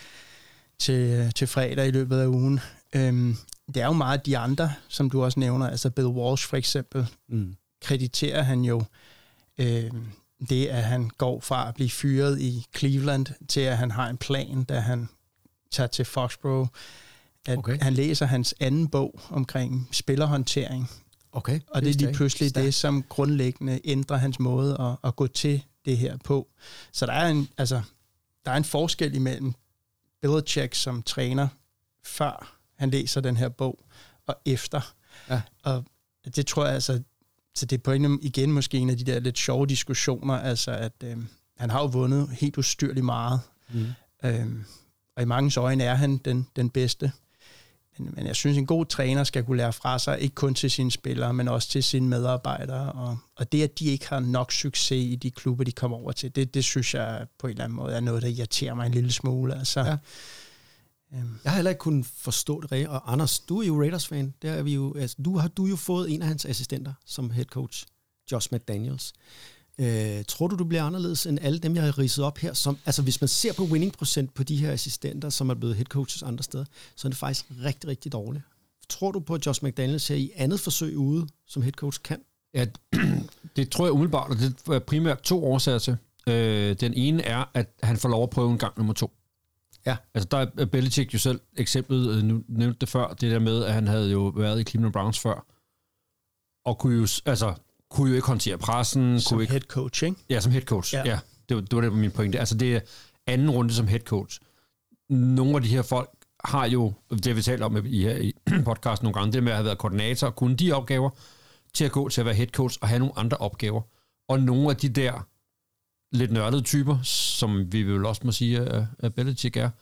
til, til fredag i løbet af ugen. Øhm, det er jo meget de andre, som du også nævner, altså Bill Walsh for eksempel, mm. krediterer han jo øh, det, at han går fra at blive fyret i Cleveland, til at han har en plan, da han tager til Foxborough, at okay. han læser hans anden bog omkring spillerhåndtering. Okay. Og det er lige pludselig det, som grundlæggende ændrer hans måde at, at gå til det her på. Så der er en, altså, der er en forskel imellem Belichick som træner, før han læser den her bog, og efter. Ja. Og det tror jeg altså, så det er på en igen måske en af de der lidt sjove diskussioner, altså at øh, han har jo vundet helt ustyrligt meget. Mm. Øh, og i manges øjne er han den, den bedste. Men jeg synes, en god træner skal kunne lære fra sig, ikke kun til sine spillere, men også til sine medarbejdere. Og, og det, at de ikke har nok succes i de klubber, de kommer over til, det, det synes jeg på en eller anden måde er noget, der irriterer mig en lille smule. Altså, ja. øhm. Jeg har heller ikke kunnet forstå det rigtigt. Og Anders, du er jo Raiders-fan. Der er vi jo, altså, du har du jo fået en af hans assistenter som head coach, Josh McDaniels. Øh, tror du, du bliver anderledes end alle dem, jeg har ridset op her? Som, altså, hvis man ser på winning procent på de her assistenter, som er blevet head coaches andre steder, så er det faktisk rigtig, rigtig dårligt. Tror du på, at Josh McDaniels her i andet forsøg ude som head coach kan? Ja, det tror jeg umiddelbart, og det er primært to årsager til. Øh, den ene er, at han får lov at prøve en gang nummer to. Ja. Altså, der er Belichick jo selv eksemplet, nu nævnte det før, det der med, at han havde jo været i Cleveland Browns før, og kunne jo, altså, kunne jo ikke håndtere pressen. Som kunne ikke, head coach, ikke? Ja, som head coach. Ja, ja det, var, det var det min pointe. Altså, det er anden runde som head coach. Nogle af de her folk har jo, det vi taler om i, i podcasten nogle gange, det med at have været koordinator, og kunne de opgaver til at gå til at være head coach og have nogle andre opgaver. Og nogle af de der lidt nørdede typer, som vi vil også må sige, at, at Belichick er,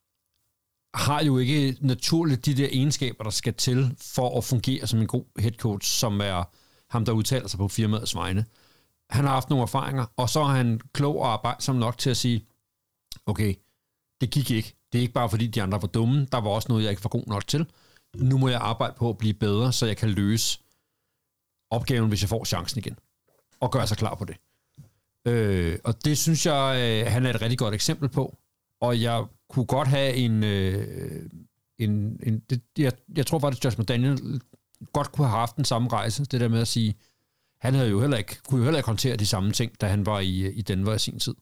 har jo ikke naturligt de der egenskaber, der skal til for at fungere som en god head coach, som er ham, der udtaler sig på firmaets vegne. Han har haft nogle erfaringer, og så er han klog og arbejdsom nok til at sige, okay, det gik ikke. Det er ikke bare fordi, de andre var dumme. Der var også noget, jeg ikke var god nok til. Nu må jeg arbejde på at blive bedre, så jeg kan løse opgaven, hvis jeg får chancen igen. Og gøre sig klar på det. Øh, og det synes jeg, øh, han er et rigtig godt eksempel på. Og jeg kunne godt have en... Øh, en, en det, jeg, jeg tror faktisk, at Josh McDaniels godt kunne have haft den samme rejse. Det der med at sige, han havde jo heller ikke, kunne jo heller ikke håndtere de samme ting, da han var i, i Denver i sin tid.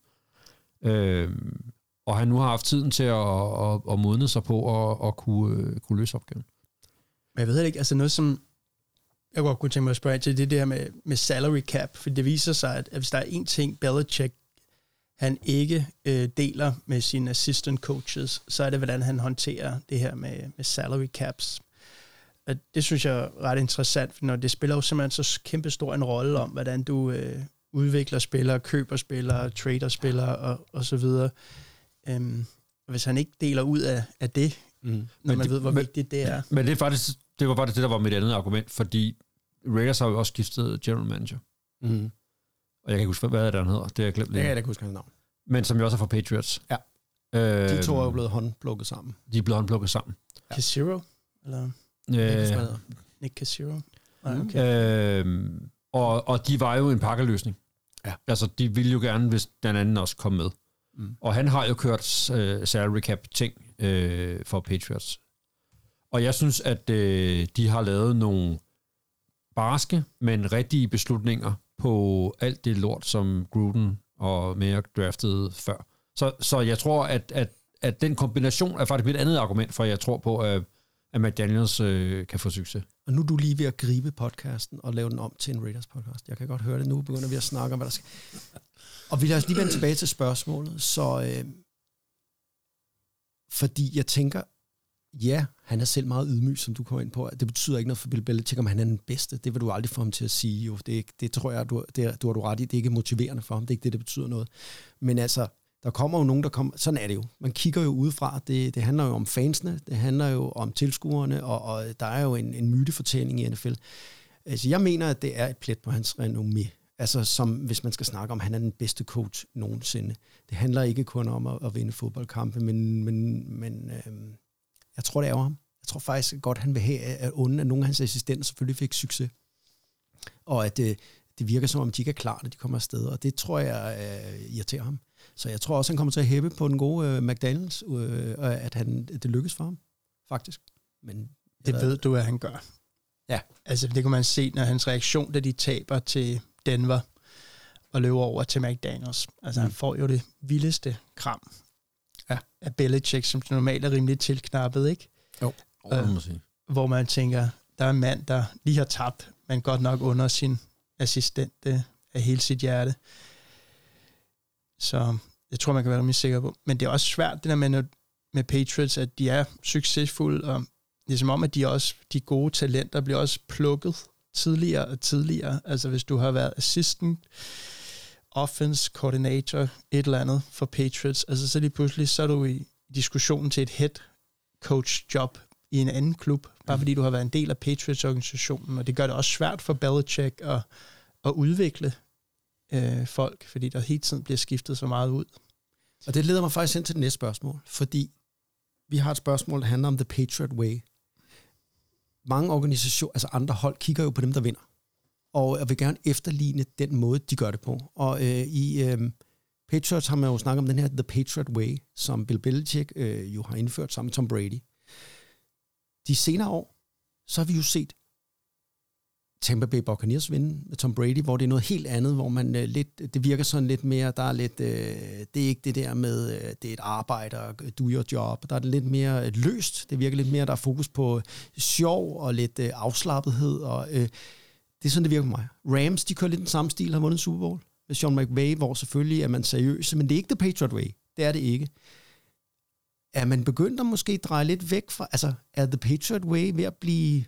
Øh, og han nu har haft tiden til at, at, at modne sig på at, at kunne, kunne løse opgaven. Men jeg ved ikke, altså noget som... Jeg godt kunne tænke mig at spørge til det der med, med salary cap, for det viser sig, at hvis der er en ting, Belichick han ikke øh, deler med sine assistant coaches, så er det, hvordan han håndterer det her med, med salary caps. Og det synes jeg er ret interessant, for når det spiller jo simpelthen så kæmpestor en rolle om, hvordan du øh, udvikler spillere, køber spillere, trader spillere og, og så videre. Øhm, hvis han ikke deler ud af, af det, mm. når men man det, ved, hvor men, vigtigt det er. Men det er faktisk... Det var faktisk det, der var mit andet argument, fordi Raiders har jo også skiftet general manager. Mm. Og jeg kan ikke huske, hvad det er, han hedder. Det har jeg glemt. Jeg kan ikke huske hans navn. Men som jo også er fra Patriots. Ja. Øh, de to er jo blevet håndplukket sammen. De er blevet håndplukket sammen. Ja. Cassiro? Eller? Øh, Nick Cassiro? Ah, okay. øh, og, og de var jo en pakkeløsning. Ja. Altså, de ville jo gerne, hvis den anden også kom med. Mm. Og han har jo kørt uh, salary cap ting uh, for Patriots. Og jeg synes, at øh, de har lavet nogle barske, men rigtige beslutninger på alt det lort, som Gruden og Mayer draftede før. Så, så jeg tror, at, at, at den kombination er faktisk mit andet argument, for jeg tror på, at, at McDaniels øh, kan få succes. Og nu er du lige ved at gribe podcasten og lave den om til en Raiders podcast. Jeg kan godt høre det. Nu begynder vi at snakke om, hvad der skal. Og vi lader os lige vende tilbage til spørgsmålet. Så, øh, fordi jeg tænker, ja, han er selv meget ydmyg, som du kommer ind på. Det betyder ikke noget for Bill Belichick, om han er den bedste. Det vil du aldrig få ham til at sige. Jo. Det, det tror jeg, du, det, du har du ret i. Det er ikke motiverende for ham. Det er ikke det, der betyder noget. Men altså, der kommer jo nogen, der kommer... Sådan er det jo. Man kigger jo udefra. Det, det handler jo om fansene. Det handler jo om tilskuerne. Og, og der er jo en, en mytefortælling i N F L. Altså, jeg mener, at det er et plet på hans renommé. Altså, som hvis man skal snakke om, at han er den bedste coach nogensinde. Det handler ikke kun om at, at vinde fodboldkampe, men... men, men øhm, jeg tror, det er ham. Jeg tror faktisk godt, han vil have, at onde, at nogle af hans assistenter selvfølgelig fik succes. Og at det, det virker som om, de ikke er klar, når de kommer afsted. Og det tror jeg uh, irriterer ham. Så jeg tror også, han kommer til at hæppe på den gode uh, McDaniels, uh, at han, det lykkes for ham, faktisk. Men det ved du, at han gør. Ja. Altså, det kan man se, når hans reaktion, da de taber til Denver og løber over til McDaniels. Altså, mm. han får jo det vildeste kram. Ja. Af Belichick, som normalt er rimelig tilknappet, ikke? Jo, øh, må sige. Hvor man tænker, der er en mand, der lige har tabt, men godt nok under sin assistent øh, af hele sit hjerte. Så jeg tror, man kan være rimelig sikker på. Men det er også svært, det der med, med Patriots, at de er succesfulde, og det er som om, at de også, de gode talenter bliver også plukket tidligere og tidligere. Altså hvis du har været assistant, offense coordinator, et eller andet for Patriots, altså så lige pludselig, så er du i diskussionen til et head coach job i en anden klub, bare mm. fordi du har været en del af Patriots-organisationen, og det gør det også svært for Belichick at, at udvikle øh, folk, fordi der hele tiden bliver skiftet så meget ud. Og det leder mig faktisk ind til det næste spørgsmål, fordi vi har et spørgsmål, der handler om The Patriot Way. Mange organisationer, altså andre hold, kigger jo på dem, der vinder. og jeg vil gerne efterligne den måde, de gør det på. Og øh, i øh, Patriots har man jo snakket om den her The Patriot Way, som Bill Belichick øh, jo har indført sammen med Tom Brady. De senere år, så har vi jo set Tampa Bay Buccaneers vinde med Tom Brady, hvor det er noget helt andet, hvor man øh, lidt, det virker sådan lidt mere, der er lidt, øh, det er ikke det der med, øh, det er et arbejde og do your job, der er det lidt mere øh, løst, det virker lidt mere, der er fokus på sjov og lidt øh, afslappethed, og øh, det er sådan, det virker på mig. Rams, de kører lidt den samme stil, har vundet Super Bowl med Sean McVay, hvor selvfølgelig er man seriøs, men det er ikke The Patriot Way, det er det ikke. Er man begyndt at måske dreje lidt væk fra, altså er The Patriot Way ved at blive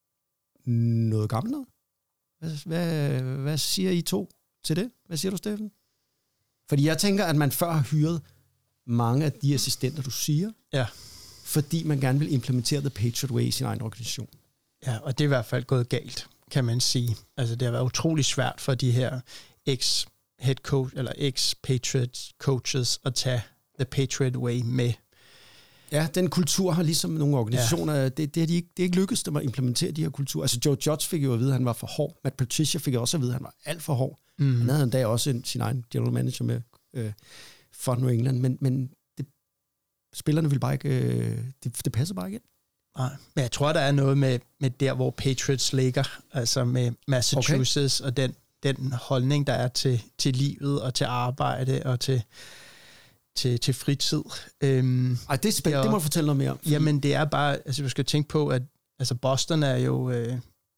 noget gammelt noget? Hvad, hvad, hvad siger I to til det? Hvad siger du, Steffen? Fordi jeg tænker, at man før har hyret mange af de assistenter, du siger, ja. fordi man gerne vil implementere The Patriot Way i sin egen organisation. Ja, og det er i hvert fald gået galt, kan man sige. Altså, det har været utrolig svært for de her ex-head coach, eller ex-Patriot coaches at tage The Patriot Way med. Ja, den kultur har ligesom nogle organisationer, ja. det, det, er de ikke, det er ikke lykkedes dem at implementere de her kulturer. Altså Joe Judge fik jo at vide, at han var for hård. Matt Patricia fik også at vide, at han var alt for hård. Mm. Han havde en dag også en, sin egen general manager med øh, for New England, men, men det, spillerne ville bare ikke, øh, det, det passer bare ikke ind. Nej, men jeg tror, der er noget med, med der, hvor Patriots ligger, altså med Massachusetts, okay. og den, den holdning, der er til, til livet og til arbejde og til Til, til fritid. Øhm, Ej, det er spændende. Og, det må du fortælle noget mere om. Fordi... Jamen, det er bare... Altså, du skal tænke på, at altså Boston er jo øh,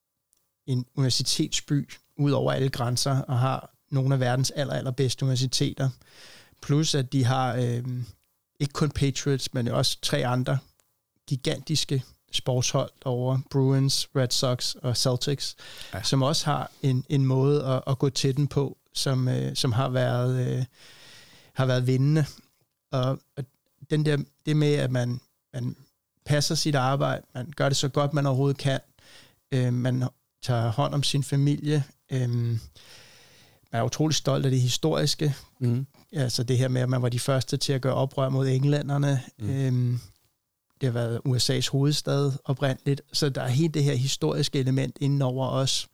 en universitetsby ud over alle grænser, og har nogle af verdens aller, allerbedste universiteter. Plus, at de har øh, ikke kun Patriots, men også tre andre gigantiske sportshold over Bruins, Red Sox og Celtics, ja. som også har en, en måde at, at gå til den på, som, øh, som har været... Øh, har været vindende. Og den der, det med, at man, man passer sit arbejde, man gør det så godt, man overhovedet kan, øh, man tager hånd om sin familie, øh, man er utrolig stolt af det historiske, mm. altså det her med, at man var de første til at gøre oprør mod englænderne, mm. øh, det har været U S A's hovedstad oprindeligt, så der er helt det her historiske element inden over os.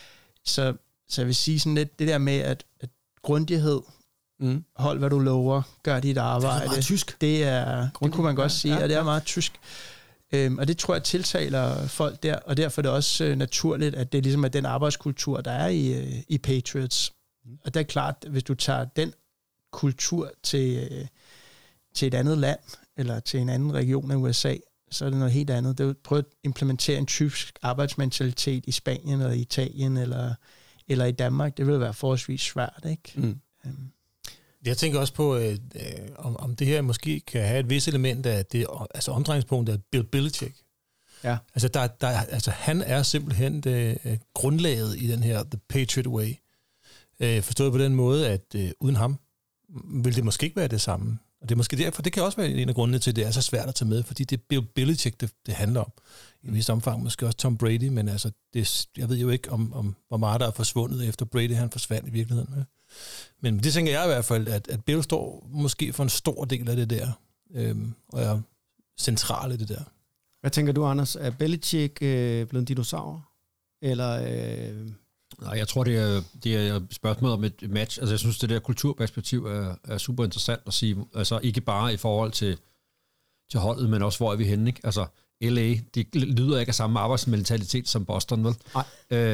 Så, så jeg vil sige sådan lidt, det der med, at, at grundighed, Mm. hold hvad du lover, gør dit arbejde. Det er meget tysk. Det, er, det kunne man godt sige, ja, og det er meget tysk. Øhm, og det tror jeg tiltaler folk der, og derfor er det også øh, naturligt, at det ligesom er den arbejdskultur, der er i, øh, i Patriots. Mm. Og det er klart, hvis du tager den kultur til, øh, til et andet land, eller til en anden region af U S A, så er det noget helt andet. Det er prøve at implementere en tysk arbejdsmentalitet i Spanien, eller Italien, eller, eller i Danmark. Det vil være forholdsvis svært, ikke? Mm. Øhm. Jeg tænker også på, øh, om, om det her måske kan have et vis element af det, altså omdrejningspunktet af Bill Belichick. Ja. Altså, der, der, altså han er simpelthen det, øh, grundlaget i den her The Patriot Way. Øh, forstået på den måde, at øh, uden ham vil det måske ikke være det samme. Og det er måske derfor, det kan også være en af grundene til, at det er så svært at tage med, fordi det er Bill Belichick, det, det handler om. I en vis omfang måske også Tom Brady, men altså, det, jeg ved jo ikke, om, om hvor meget der er forsvundet efter Brady, han forsvandt i virkeligheden med. Men det tænker jeg i hvert fald, at, at Bill står måske for en stor del af det der, øhm, og er central i det der. Hvad tænker du, Anders? Er Belichick øh, blevet en dinosaur? Eller... Øh... Nej, jeg tror, det er, det er et spørgsmål om et match. Altså, jeg synes, det der kulturperspektiv er, er super interessant at sige. Altså, ikke bare i forhold til, til holdet, men også, hvor er vi henne, ikke? Altså, L A, det lyder ikke af samme arbejdsmentalitet som Boston, vel? Nej.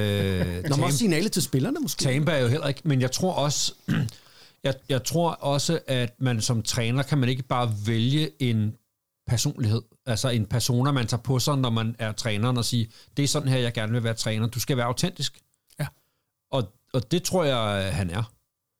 Øh, Nå, også signale til spillerne, måske. Tampa er jo heller ikke, men jeg tror også, jeg, jeg tror også, at man som træner, kan man ikke bare vælge en personlighed, altså en persona, man tager på sig, når man er træneren, og sige, det er sådan her, jeg gerne vil være træner. Du skal være autentisk. Ja. Og, og det tror jeg, han er.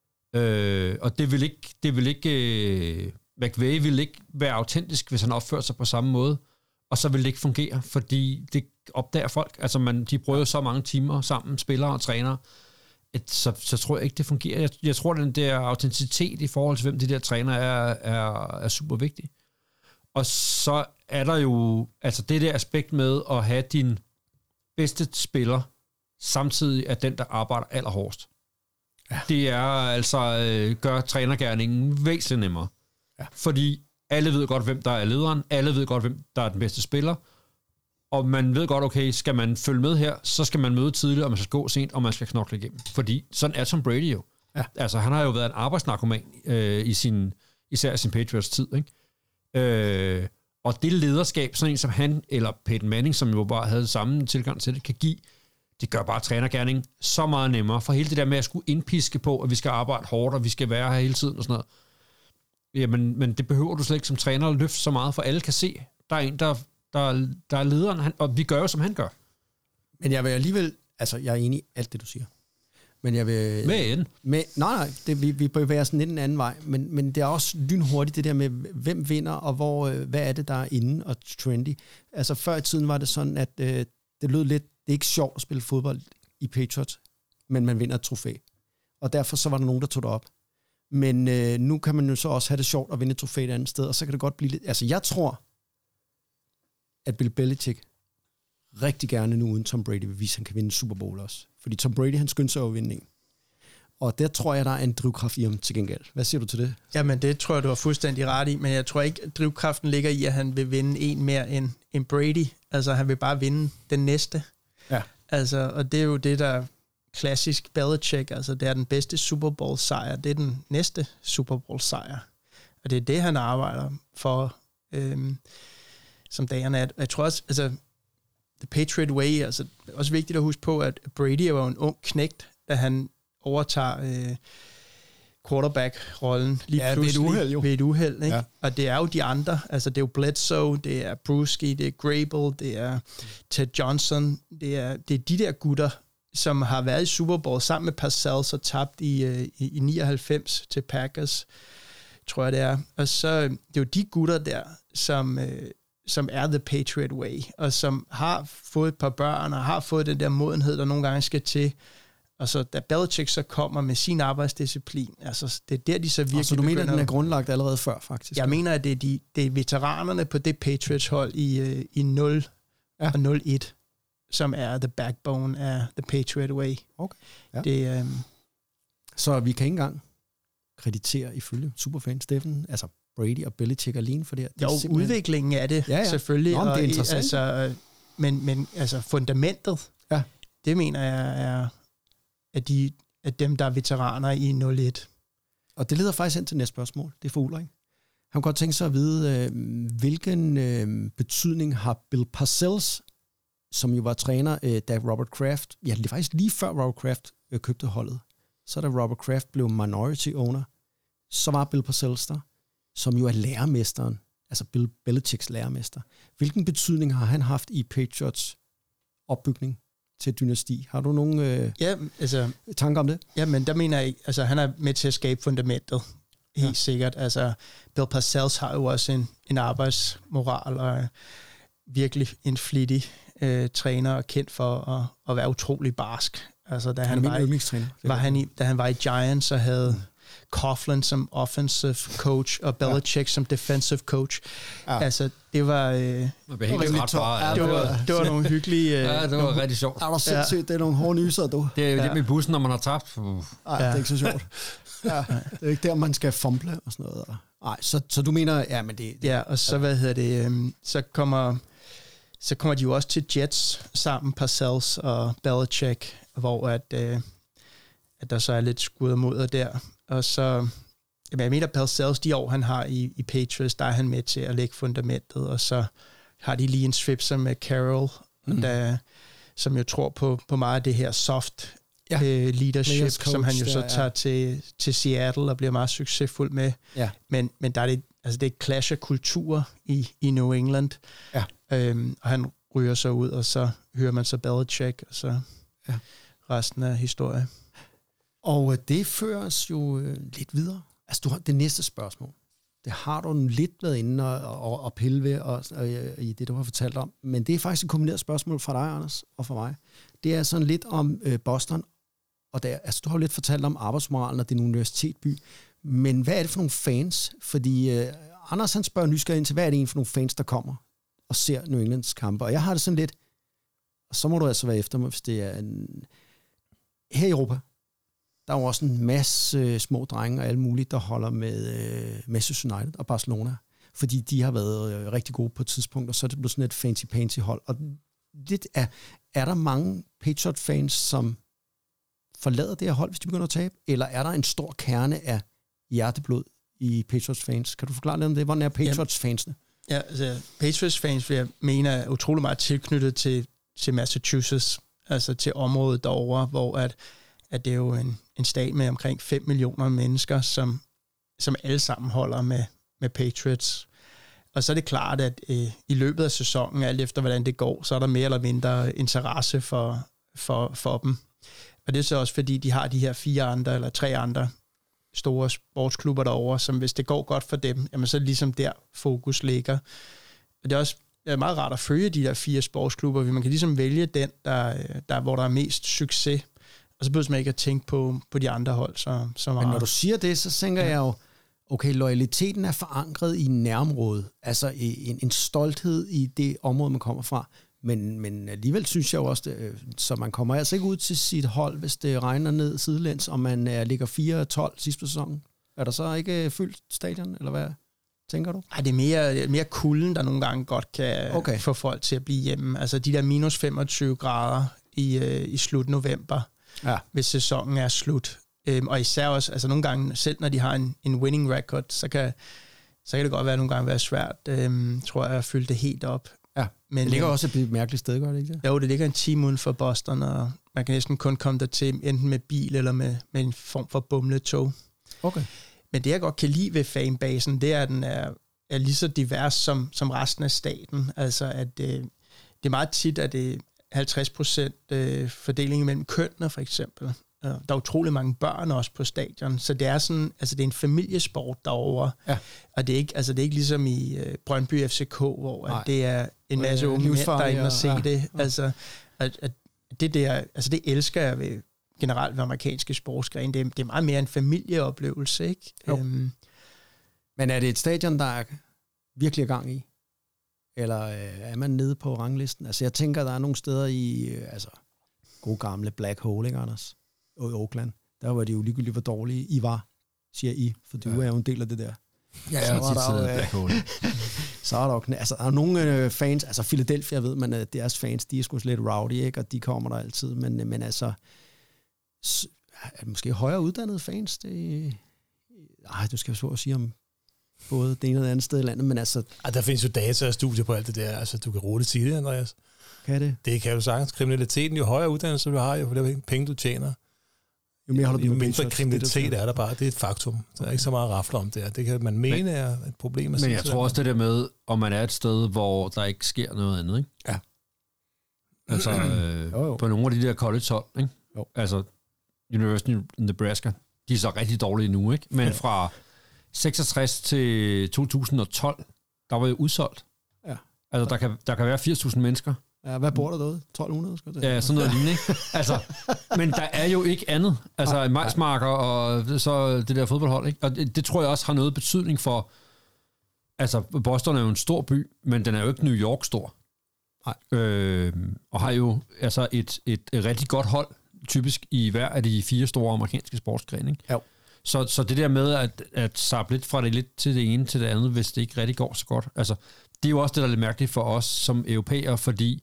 Øh, og det vil ikke, det vil ikke, øh, McVay vil ikke være autentisk, hvis han opfører sig på samme måde. Og så vil det ikke fungere, fordi det opdager folk. Altså, man, de bruger jo så mange timer sammen, spillere og trænere, at så, så tror jeg ikke, det fungerer. Jeg, jeg tror, den der autenticitet i forhold til, hvem de der trænere er, er, er super vigtig. Og så er der jo altså det der aspekt med at have din bedste spiller, samtidig er den, der arbejder allerhårdest. Ja. Det er altså, øh, gør trænergerningen væsentligt nemmere. Ja. Fordi alle ved godt, hvem der er lederen, alle ved godt, hvem der er den bedste spiller, Og man ved godt, okay, skal man følge med her, så skal man møde tidligt, og man skal gå sent, og man skal knokle igennem. Fordi sådan er Tom Brady jo. Ja. Altså, han har jo været en arbejdsnarkoman øh, i sin, især i sin Patriots tid, ikke? Øh, og det lederskab, sådan en som han, eller Peyton Manning, som jo bare havde samme tilgang til det, kan give, det gør bare trænergerning så meget nemmere. For hele det der med at skulle indpiske på, at vi skal arbejde hårdt, og vi skal være her hele tiden og sådan noget. Jamen, men det behøver du slet ikke som træner at løfte så meget, for alle kan se, der er en, der, der, der er lederen, han, og vi gør jo, som han gør. Men jeg vil alligevel, altså jeg er enig i alt det, du siger. Men jeg vil... Med en. Med, nej, nej, det, vi, vi bevæger sådan lidt en anden vej, men, men det er også lynhurtigt det der med, hvem vinder, og hvor, hvad er det, der er inde og trendy. Altså før i tiden var det sådan, at øh, det lød lidt, det er ikke sjovt at spille fodbold i Patriots, men man vinder et trofæ. Og derfor så var der nogen, der tog det op. Men øh, nu kan man jo så også have det sjovt at vinde et trofæ et andet sted, og så kan det godt blive lidt... Altså jeg tror, at Bill Belichick rigtig gerne nu uden Tom Brady vil vise, at han kan vinde Super Bowl også. Fordi Tom Brady, han skyndte sig at vinde en. Og der tror jeg, der er en drivkraft i ham til gengæld. Hvad siger du til det? Jamen, det tror jeg, du har fuldstændig ret i, men jeg tror ikke, at drivkraften ligger i, at han vil vinde en mere end, end Brady. Altså, han vil bare vinde den næste. Ja. Altså, og det er jo det, der klassisk Belichick, altså det er den bedste Super Bowl sejr, det er den næste Super Bowl sejr. Og det er det, han arbejder for, øhm, som dagen er. Jeg tror også, altså, The Patriot Way, altså det er også vigtigt at huske på, at Brady var en ung knægt, da han overtager øh, quarterback-rollen lige ja, pludselig. ved et uheld, jo. Ved et uheld, ikke? Ja. Og det er jo de andre, altså det er jo Bledsoe, det er Bruschi, det er Grable, det er Ted Johnson, det er, det er de der gutter, som har været i Super Bowl sammen med Parcells og tabt i, øh, i, i nioghalvfems til Packers, tror jeg det er. Og så det er jo de gutter der, som... Øh, som er The Patriot Way, og som har fået et par børn, og har fået den der modenhed, der nogle gange skal til. Og så da Belichick så kommer med sin arbejdsdisciplin, altså det er der, de så virkelig så du mener, at den er at... grundlagt allerede før, faktisk? Jeg mener, at det er, de, det er veteranerne på det Patriots-hold i, i nul ja. og nul et, som er the backbone af The Patriot Way. Okay. Ja. Det, øhm... Så vi kan ikke engang kreditere ifølge superfan Steffen, altså Brady og Belichick alene for det her. Det jo, simpelthen... udviklingen af det, ja, ja. selvfølgelig. Nå, det er interessant. Og, altså, men, men altså fundamentet, ja. det mener jeg er at de, at dem, der er veteraner i nul et. Og det leder faktisk ind til næste spørgsmål. Det er for Ulrik. Han kunne godt tænke sig at vide, øh, hvilken øh, betydning har Bill Parcells, som jo var træner, øh, da Robert Kraft, ja, det er faktisk lige før Robert Kraft øh, købte holdet, så da Robert Kraft blev minority owner, så var Bill Parcells der, som jo er lærermesteren, altså Bill Belichicks lærermester. Hvilken betydning har han haft i Patriots opbygning til dynasti? Har du nogle øh, ja, altså, tanker om det? Ja, men der mener jeg, altså han er med til at skabe fundamentet, helt ja. sikkert. Altså, Bill Parcells har jo også en, en arbejdsmoral, og virkelig en flittig øh, træner, og kendt for at, at være utrolig barsk. Altså, da han, han var, i, var han i, da han var i Giants, så havde mm. Coughlin som offensive coach, og Belichick ja. som defensive coach. Ja. Altså, det var... Øh, det, var det, var, det, var, det var nogle hyggelige... Øh, ja, det var rigtig sjovt. Er du sindssygt? Ja. Det er nogle hårde nyser, du. Det er jo ja. det med bussen, når man har tabt. Nej, ja. det er ikke så sjovt. Ja. Det er ikke der, man skal fumble og sådan noget. Nej, så, så du mener... Ja, men det... det ja, og så, hvad hedder det... Øh, så kommer... Så kommer de jo også til Jets sammen, Parcells og Belichick, hvor at, øh, at der så er lidt skud og modder der. Og så, jamen jeg mener, Parcells, de år, han har i, i Patriots, der er han med til at lægge fundamentet, og så har de lige en swipser med Carroll, mm. der, som jo tror på, på meget af det her soft ja. øh, leadership, coach, som han jo så der, tager ja. til, til Seattle og bliver meget succesfuld med. Ja. Men, men der er det, altså det er et clash af kultur i, i New England, ja. øhm, og han ryger så ud, og så hører man så Belichick, og så ja. resten af historien. Og det fører os jo øh, lidt videre. Altså, du har det næste spørgsmål. Det har du lidt været inde og, og, og pille ved og, og, og, i det, du har fortalt om. Men det er faktisk et kombineret spørgsmål fra dig, Anders, og fra mig. Det er sådan lidt om øh, Boston. Og der, altså, du har jo lidt fortalt om arbejdsmoralen, og det er en universitetsby. Men hvad er det for nogle fans? Fordi øh, Anders, han spørger nysgerrig ind til, hvad er det egentlig for nogle fans, der kommer og ser New Englands kampe? Og jeg har det sådan lidt, og så må du altså være efter mig, hvis det er en... Her i Europa, der er jo også en masse øh, små drenge og alle mulige, der holder med øh, Manchester United og Barcelona. fordi de har været øh, rigtig gode på et tidspunkt, og så er det blevet sådan et fancy-pansy hold. Og det er, er der mange Patriot-fans, som forlader det her hold, hvis de begynder at tabe? Eller er der en stor kerne af hjerteblod i Patriots-fans? Kan du forklare lidt om det? Hvordan er Patriots-fansene? Ja, altså Patriots-fans, vil jeg mene, er utrolig meget tilknyttet til, til Massachusetts, altså til området derovre, hvor at, at det er jo en, en stat med omkring fem millioner mennesker, som, som alle sammen holder med, med Patriots. Og så er det klart, at øh, i løbet af sæsonen, alt efter hvordan det går, så er der mere eller mindre interesse for, for, for dem. Og det er så også, fordi de har de her fire andre, eller tre andre store sportsklubber derovre, som hvis det går godt for dem, jamen så er det ligesom der fokus ligger. Og det er også det er meget rart at følge de der fire sportsklubber, fordi man kan ligesom vælge den, der, der, hvor der er mest succes, og så behøver man ikke at tænke på, på de andre hold så, så meget. Men når du siger det, så tænker ja. jeg jo, okay, loyaliteten er forankret i nærområdet, altså en, en stolthed i det område, man kommer fra, men, men alligevel synes jeg jo også, det, så man kommer altså ikke ud til sit hold, hvis det regner ned sidelæns, og man er, ligger fire tolv sidste sæson. Er der så ikke fyldt stadion, eller hvad tænker du? Ej, det er mere, mere kulden, der nogle gange godt kan okay. få folk til at blive hjemme. Altså de der minus femogtyve grader i, øh, i slut november, ja. hvis sæsonen er slut. Øhm, og især også, altså nogle gange, selv når de har en, en winning record, så kan, så kan det godt være nogle gange være svært, øhm, tror jeg, at fylde det helt op. Ja, men det ligger øh, også et mærkeligt sted, gør det ikke det? Jo, det ligger en time uden for Boston, og man kan næsten kun komme der til enten med bil eller med, med en form for bumletog. Okay. Men det, jeg godt kan lide ved fanbasen, det er, at den er, er lige så divers som, som resten af staten. Altså, at øh, det er meget tit, at det er halvtreds procent øh, fordeling mellem kønnene, for eksempel. Der er utrolig mange børn også på stadion, så det er sådan, altså det er en familiesport derovre, ja. og det er ikke, altså det er ikke ligesom i uh, Brøndby F C K, hvor at det er en masse unge mænd, der er inde og se ja. det. Ja. Altså, at, at det der, altså det elsker jeg ved, generelt ved amerikanske sportsgrene. Det er, det er meget mere en familieoplevelse, ikke? Um, Men er det et stadion, der er virkelig gang i? Eller øh, er man nede på ranglisten? Altså jeg tænker, der er nogle steder i, øh, altså gode gamle Black Hole, ikke Anders? I Oakland, der var det jo ligegyldigt, hvor dårlige I var, siger I, for du ja. er jo en del af det der. Ja, jeg har tit siddet Black Hole. Så er der jo, altså der er nogle øh, fans, altså Philadelphia ved man, at deres fans, de er sgu lidt rowdy, ikke, og de kommer der altid, men, men altså, s- er måske højere uddannede fans, det nej, du skal jo så at sige om både det ene og det andet sted i landet, men altså... Ej, der findes jo data og studier på alt det der, altså du kan roligt sige det, Andreas. Kan det? Det kan du sagtens. Kriminaliteten, jo højere uddannelse du har, jo flere penge du tjener, jo mere holder du jo mindre kriminalitet er der bare. Det er et faktum. Der er ikke så meget rafler om det. Det kan man mene men, er et problem. Men jeg tror også det der med, om man er et sted, hvor der ikke sker noget andet, ikke? Ja. Altså, øh, jo, jo. på nogle af de der college-hold, ikke? Jo. Altså, University of Nebraska, de er så rigtig dårlige nu, ikke? Men fra seksogtres til to tusind og tolv, der var jo udsolgt. Ja. Altså, der kan, der kan være firs tusind mennesker. Ja, hvad bor der derude? tolv hundrede? Skal det? Ja, sådan noget lignende, ikke? Altså, men der er jo ikke andet. Altså, majsmarker og så det der fodboldhold, ikke? Og det, det tror jeg også har noget betydning for... Altså, Boston er jo en stor by, men den er jo ikke New York stor. Nej. Øh, og har jo altså et, et, et rigtig godt hold, typisk i hver af de fire store amerikanske sportsgrene, ikke? Jo. Så, så det der med at, at sappe lidt fra det lidt til det ene til det andet, hvis det ikke rigtig går så godt. Altså, det er jo også det, der er lidt mærkeligt for os som europæere, fordi,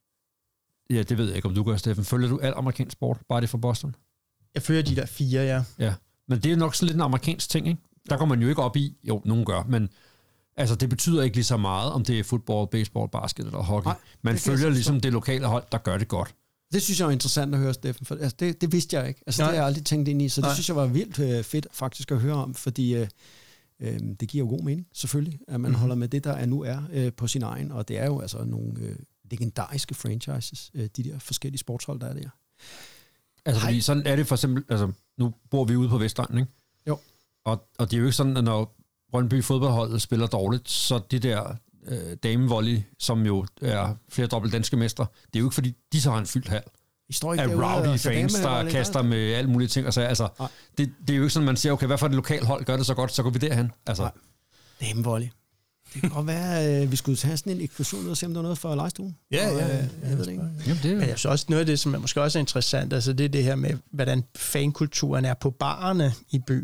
ja, det ved jeg ikke, om du gør, Steffen. Følger du alt amerikansk sport, bare det fra Boston? Jeg følger de der fire, ja. Ja, men det er nok sådan lidt en amerikansk ting, ikke? Der går man jo ikke op i, jo, nogen gør, men altså, det betyder ikke lige så meget, om det er fodbold, baseball, basket eller hockey. Nej, man følger ligesom det lokale hold, der gør det godt. Det synes jeg er interessant at høre, Steffen, for altså, det, det vidste jeg ikke. Altså, det har jeg aldrig tænkt ind i, så det Nej. synes jeg var vildt øh, fedt faktisk at høre om, fordi øh, øh, det giver jo god mening, selvfølgelig, at man mm-hmm. holder med det, der er nu er øh, på sin egen, og det er jo altså nogle øh, legendariske franchises, øh, de der forskellige sportshold, der er der. Altså, fordi sådan er det for eksempel, altså, nu bor vi ude på Vestegnen, ikke? Jo. Og, og det er jo ikke sådan, at når Brøndby fodboldholdet spiller dårligt, så de der øh, damevolley, som jo er flere dobbelt danske mestre, det er jo ikke fordi, de så har en fyldt hal af rowdy fans, der kaster med alle mulige ting. Og så, altså, det, det er jo ikke sådan, man siger, okay, hvad for et lokalt hold gør det så godt, så går vi derhen. Altså. Damevolley. Det kan godt være, at vi skulle tage sådan en eksplosion og se, om der er noget for lejestuen. Ja, ja, ja. Jeg ved det ikke. Jamen, det er Men jeg synes også, noget af det, som er måske også interessant, altså det er det her med, hvordan fankulturen er på barerne i byen.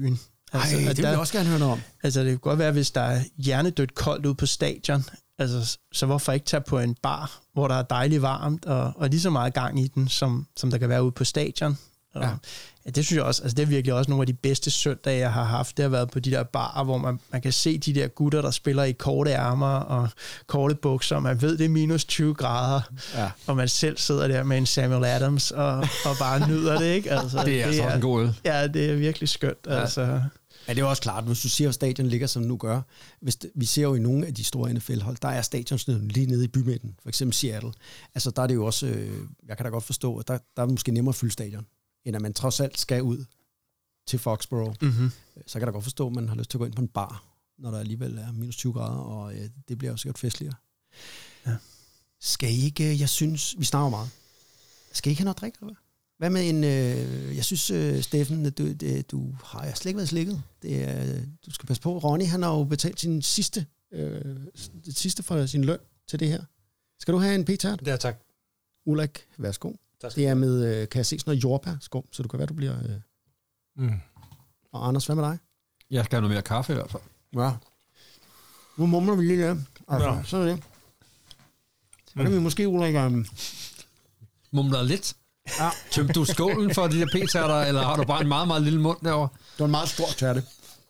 Altså, Ej, det vil der, jeg også gerne høre noget om. Altså, det kan godt være, hvis der er hjernedødt koldt ude på stadion, altså, så hvorfor ikke tage på en bar, hvor der er dejligt varmt, og, og lige så meget gang i den, som, som der kan være ude på stadion. Og, ja. Ja, det synes jeg også, altså det er virkelig også nogle af de bedste søndage, jeg har haft. Det har været på de der barer, hvor man, man kan se de der gutter, der spiller i korte ærmer og korte bukser, og man ved, det er minus tyve grader, ja. Og man selv sidder der med en Samuel Adams og, og bare nyder det, ikke? Altså, det er altså også en god øl. Ja, det er virkelig skønt, ja. Altså. Ja, det er også klart, hvis du siger, at stadion ligger, som nu gør. Hvis det, vi ser jo i nogle af de store N F L-hold, der er stadionsnøden lige nede i bymidten, for eksempel Seattle. Altså, der er det jo også, øh, jeg kan da godt forstå, at der, der er måske nemmere at fylde stadion, end at man trods alt skal ud til Foxborough. Mm-hmm. Så kan jeg da godt forstå, at man har lyst til at gå ind på en bar, når der alligevel er minus tyve grader, og øh, det bliver jo sikkert festligere. Ja. Skal I ikke, jeg synes, vi snakker meget, skal I ikke have noget at drikke, eller hvad? Hvad med en, øh, jeg synes, øh, Steffen, du, det, du har jeg slet ikke været slikket. Det er, du skal passe på. Ronny, han har jo betalt sin sidste, øh, det sidste for sin løn til det her. Skal du have en p-tart? Ja, tak. Ulrik, værsgo. Det er med, øh, kan jeg se sådan noget jordbærskum, så du kan være, du bliver... Øh... Mm. Og Anders, hvad med dig? Jeg skal have noget mere kaffe i hvert fald. Ja. Nu mumler vi lige der. Altså, ja. Så er det. Så kan mm. vi måske, Ulrik... Um... Mumler lidt? Ja. Tømte du skålen for de der p-tærter, eller har du bare en meget, meget lille mund derovre? Det var en meget stor tærte.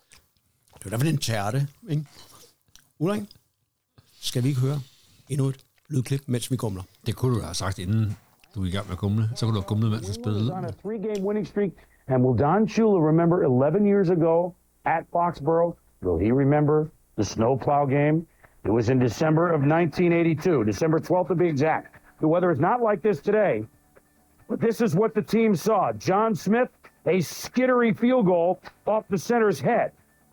Det var derfor, det er en tærte, ikke? Ulrik, skal vi ikke høre endnu et lydklip, mens vi gumler? Det kunne du have sagt, inden du er i gang med at gumle. Så kunne du have gumlet, mens du spillede. On a three-game winning streak, and will Don Shula remember eleven years ago at Foxborough? Will he remember the snowplow game? It was in December of nineteen eighty-two, December twelfth to be exact. The weather is not like this today. But this is what the team saw. John Smith, a skittery field goal off the center's head.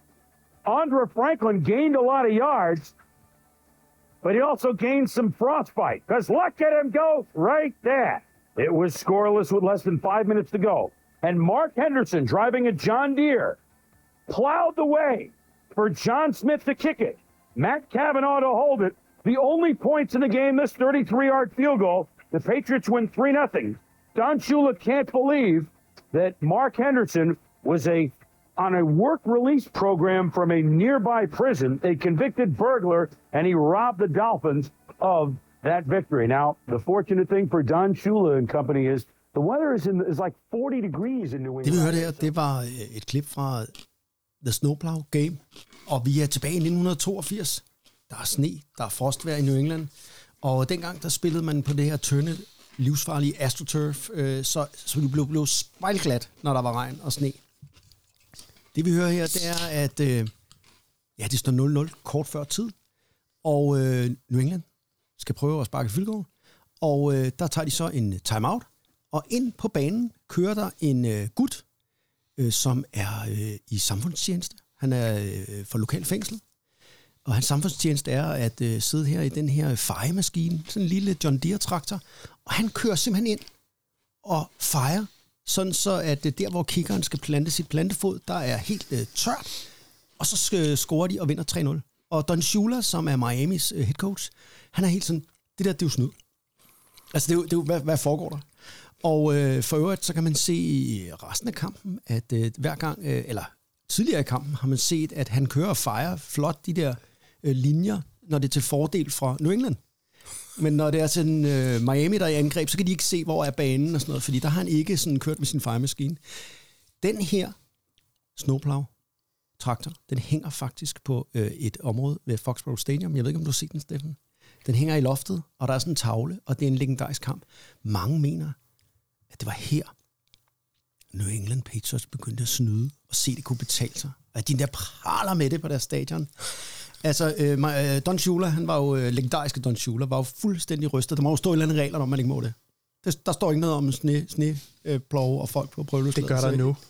Andre Franklin gained a lot of yards, but he also gained some frostbite, because look at him go right there. It was scoreless with less than five minutes to go. And Mark Henderson, driving a John Deere, plowed the way for John Smith to kick it. Matt Cavanaugh to hold it. The only points in the game, this thirty-three-yard field goal. The Patriots win three nothing. Don Shula can't believe that Mark Henderson was a on a work release program from a nearby prison, a convicted burglar, and he robbed the Dolphins of that victory. Now, the fortunate thing for Don Shula and company is the weather is in is like forty degrees in New England. Det vi hørte her, det var et klip fra The Snowplow Game, og vi er tilbage i nitten toogfirs. Der er sne, der er frostvejr i New England, og dengang der spillede man på det her tynde, livsfarlige AstroTurf, øh, så, så det blev, blev spejlglat, når der var regn og sne. Det vi hører her, det er, at øh, ja, det står nul nul kort før tid, og øh, New England skal prøve at sparke field goal, og øh, der tager de så en timeout, og ind på banen kører der en øh, gut, øh, som er øh, i samfundstjeneste. Han er øh, for lokal fængsel, og hans samfundstjeneste er at øh, sidde her i den her fejemaskine, sådan en lille John Deere-traktor, og han kører simpelthen ind og fejer, sådan så at øh, der, hvor kickeren skal plante sit plantefod, der er helt øh, tørt, og så skal, scorer de og vinder tre nul. Og Don Shula, som er Miamis øh, head coach, han er helt sådan, det der, det er jo snyd. Altså, det er jo, det er jo hvad, hvad foregår der? Og øh, for øvrigt, så kan man se i resten af kampen, at øh, hver gang, øh, eller tidligere i kampen, har man set, at han kører og fejrer flot de der øh, linjer, når det er til fordel fra New England. Men når det er sådan øh, Miami, der er i angreb, så kan de ikke se, hvor er banen og sådan noget, fordi der har han ikke sådan kørt med sin fejemaskine. Den her snowplow traktor, den hænger faktisk på øh, et område ved Foxborough Stadium. Jeg ved ikke, om du har set den, Steffen. Den hænger i loftet, og der er sådan en tavle, og det er en legendarisk kamp. Mange mener, at det var her, New England Patriots begyndte at snyde og se, det kunne betale sig. Og at de der praler med det på deres stadion. Altså, øh, Don Shula, han var jo, øh, legendariske Don Shula, var jo fuldstændig rystet. Der må jo stå i en eller anden regler, når man ikke må det. Der, der står ikke noget om sne, sne øh, plov og folk på prøveløsladet. Det gør der nu.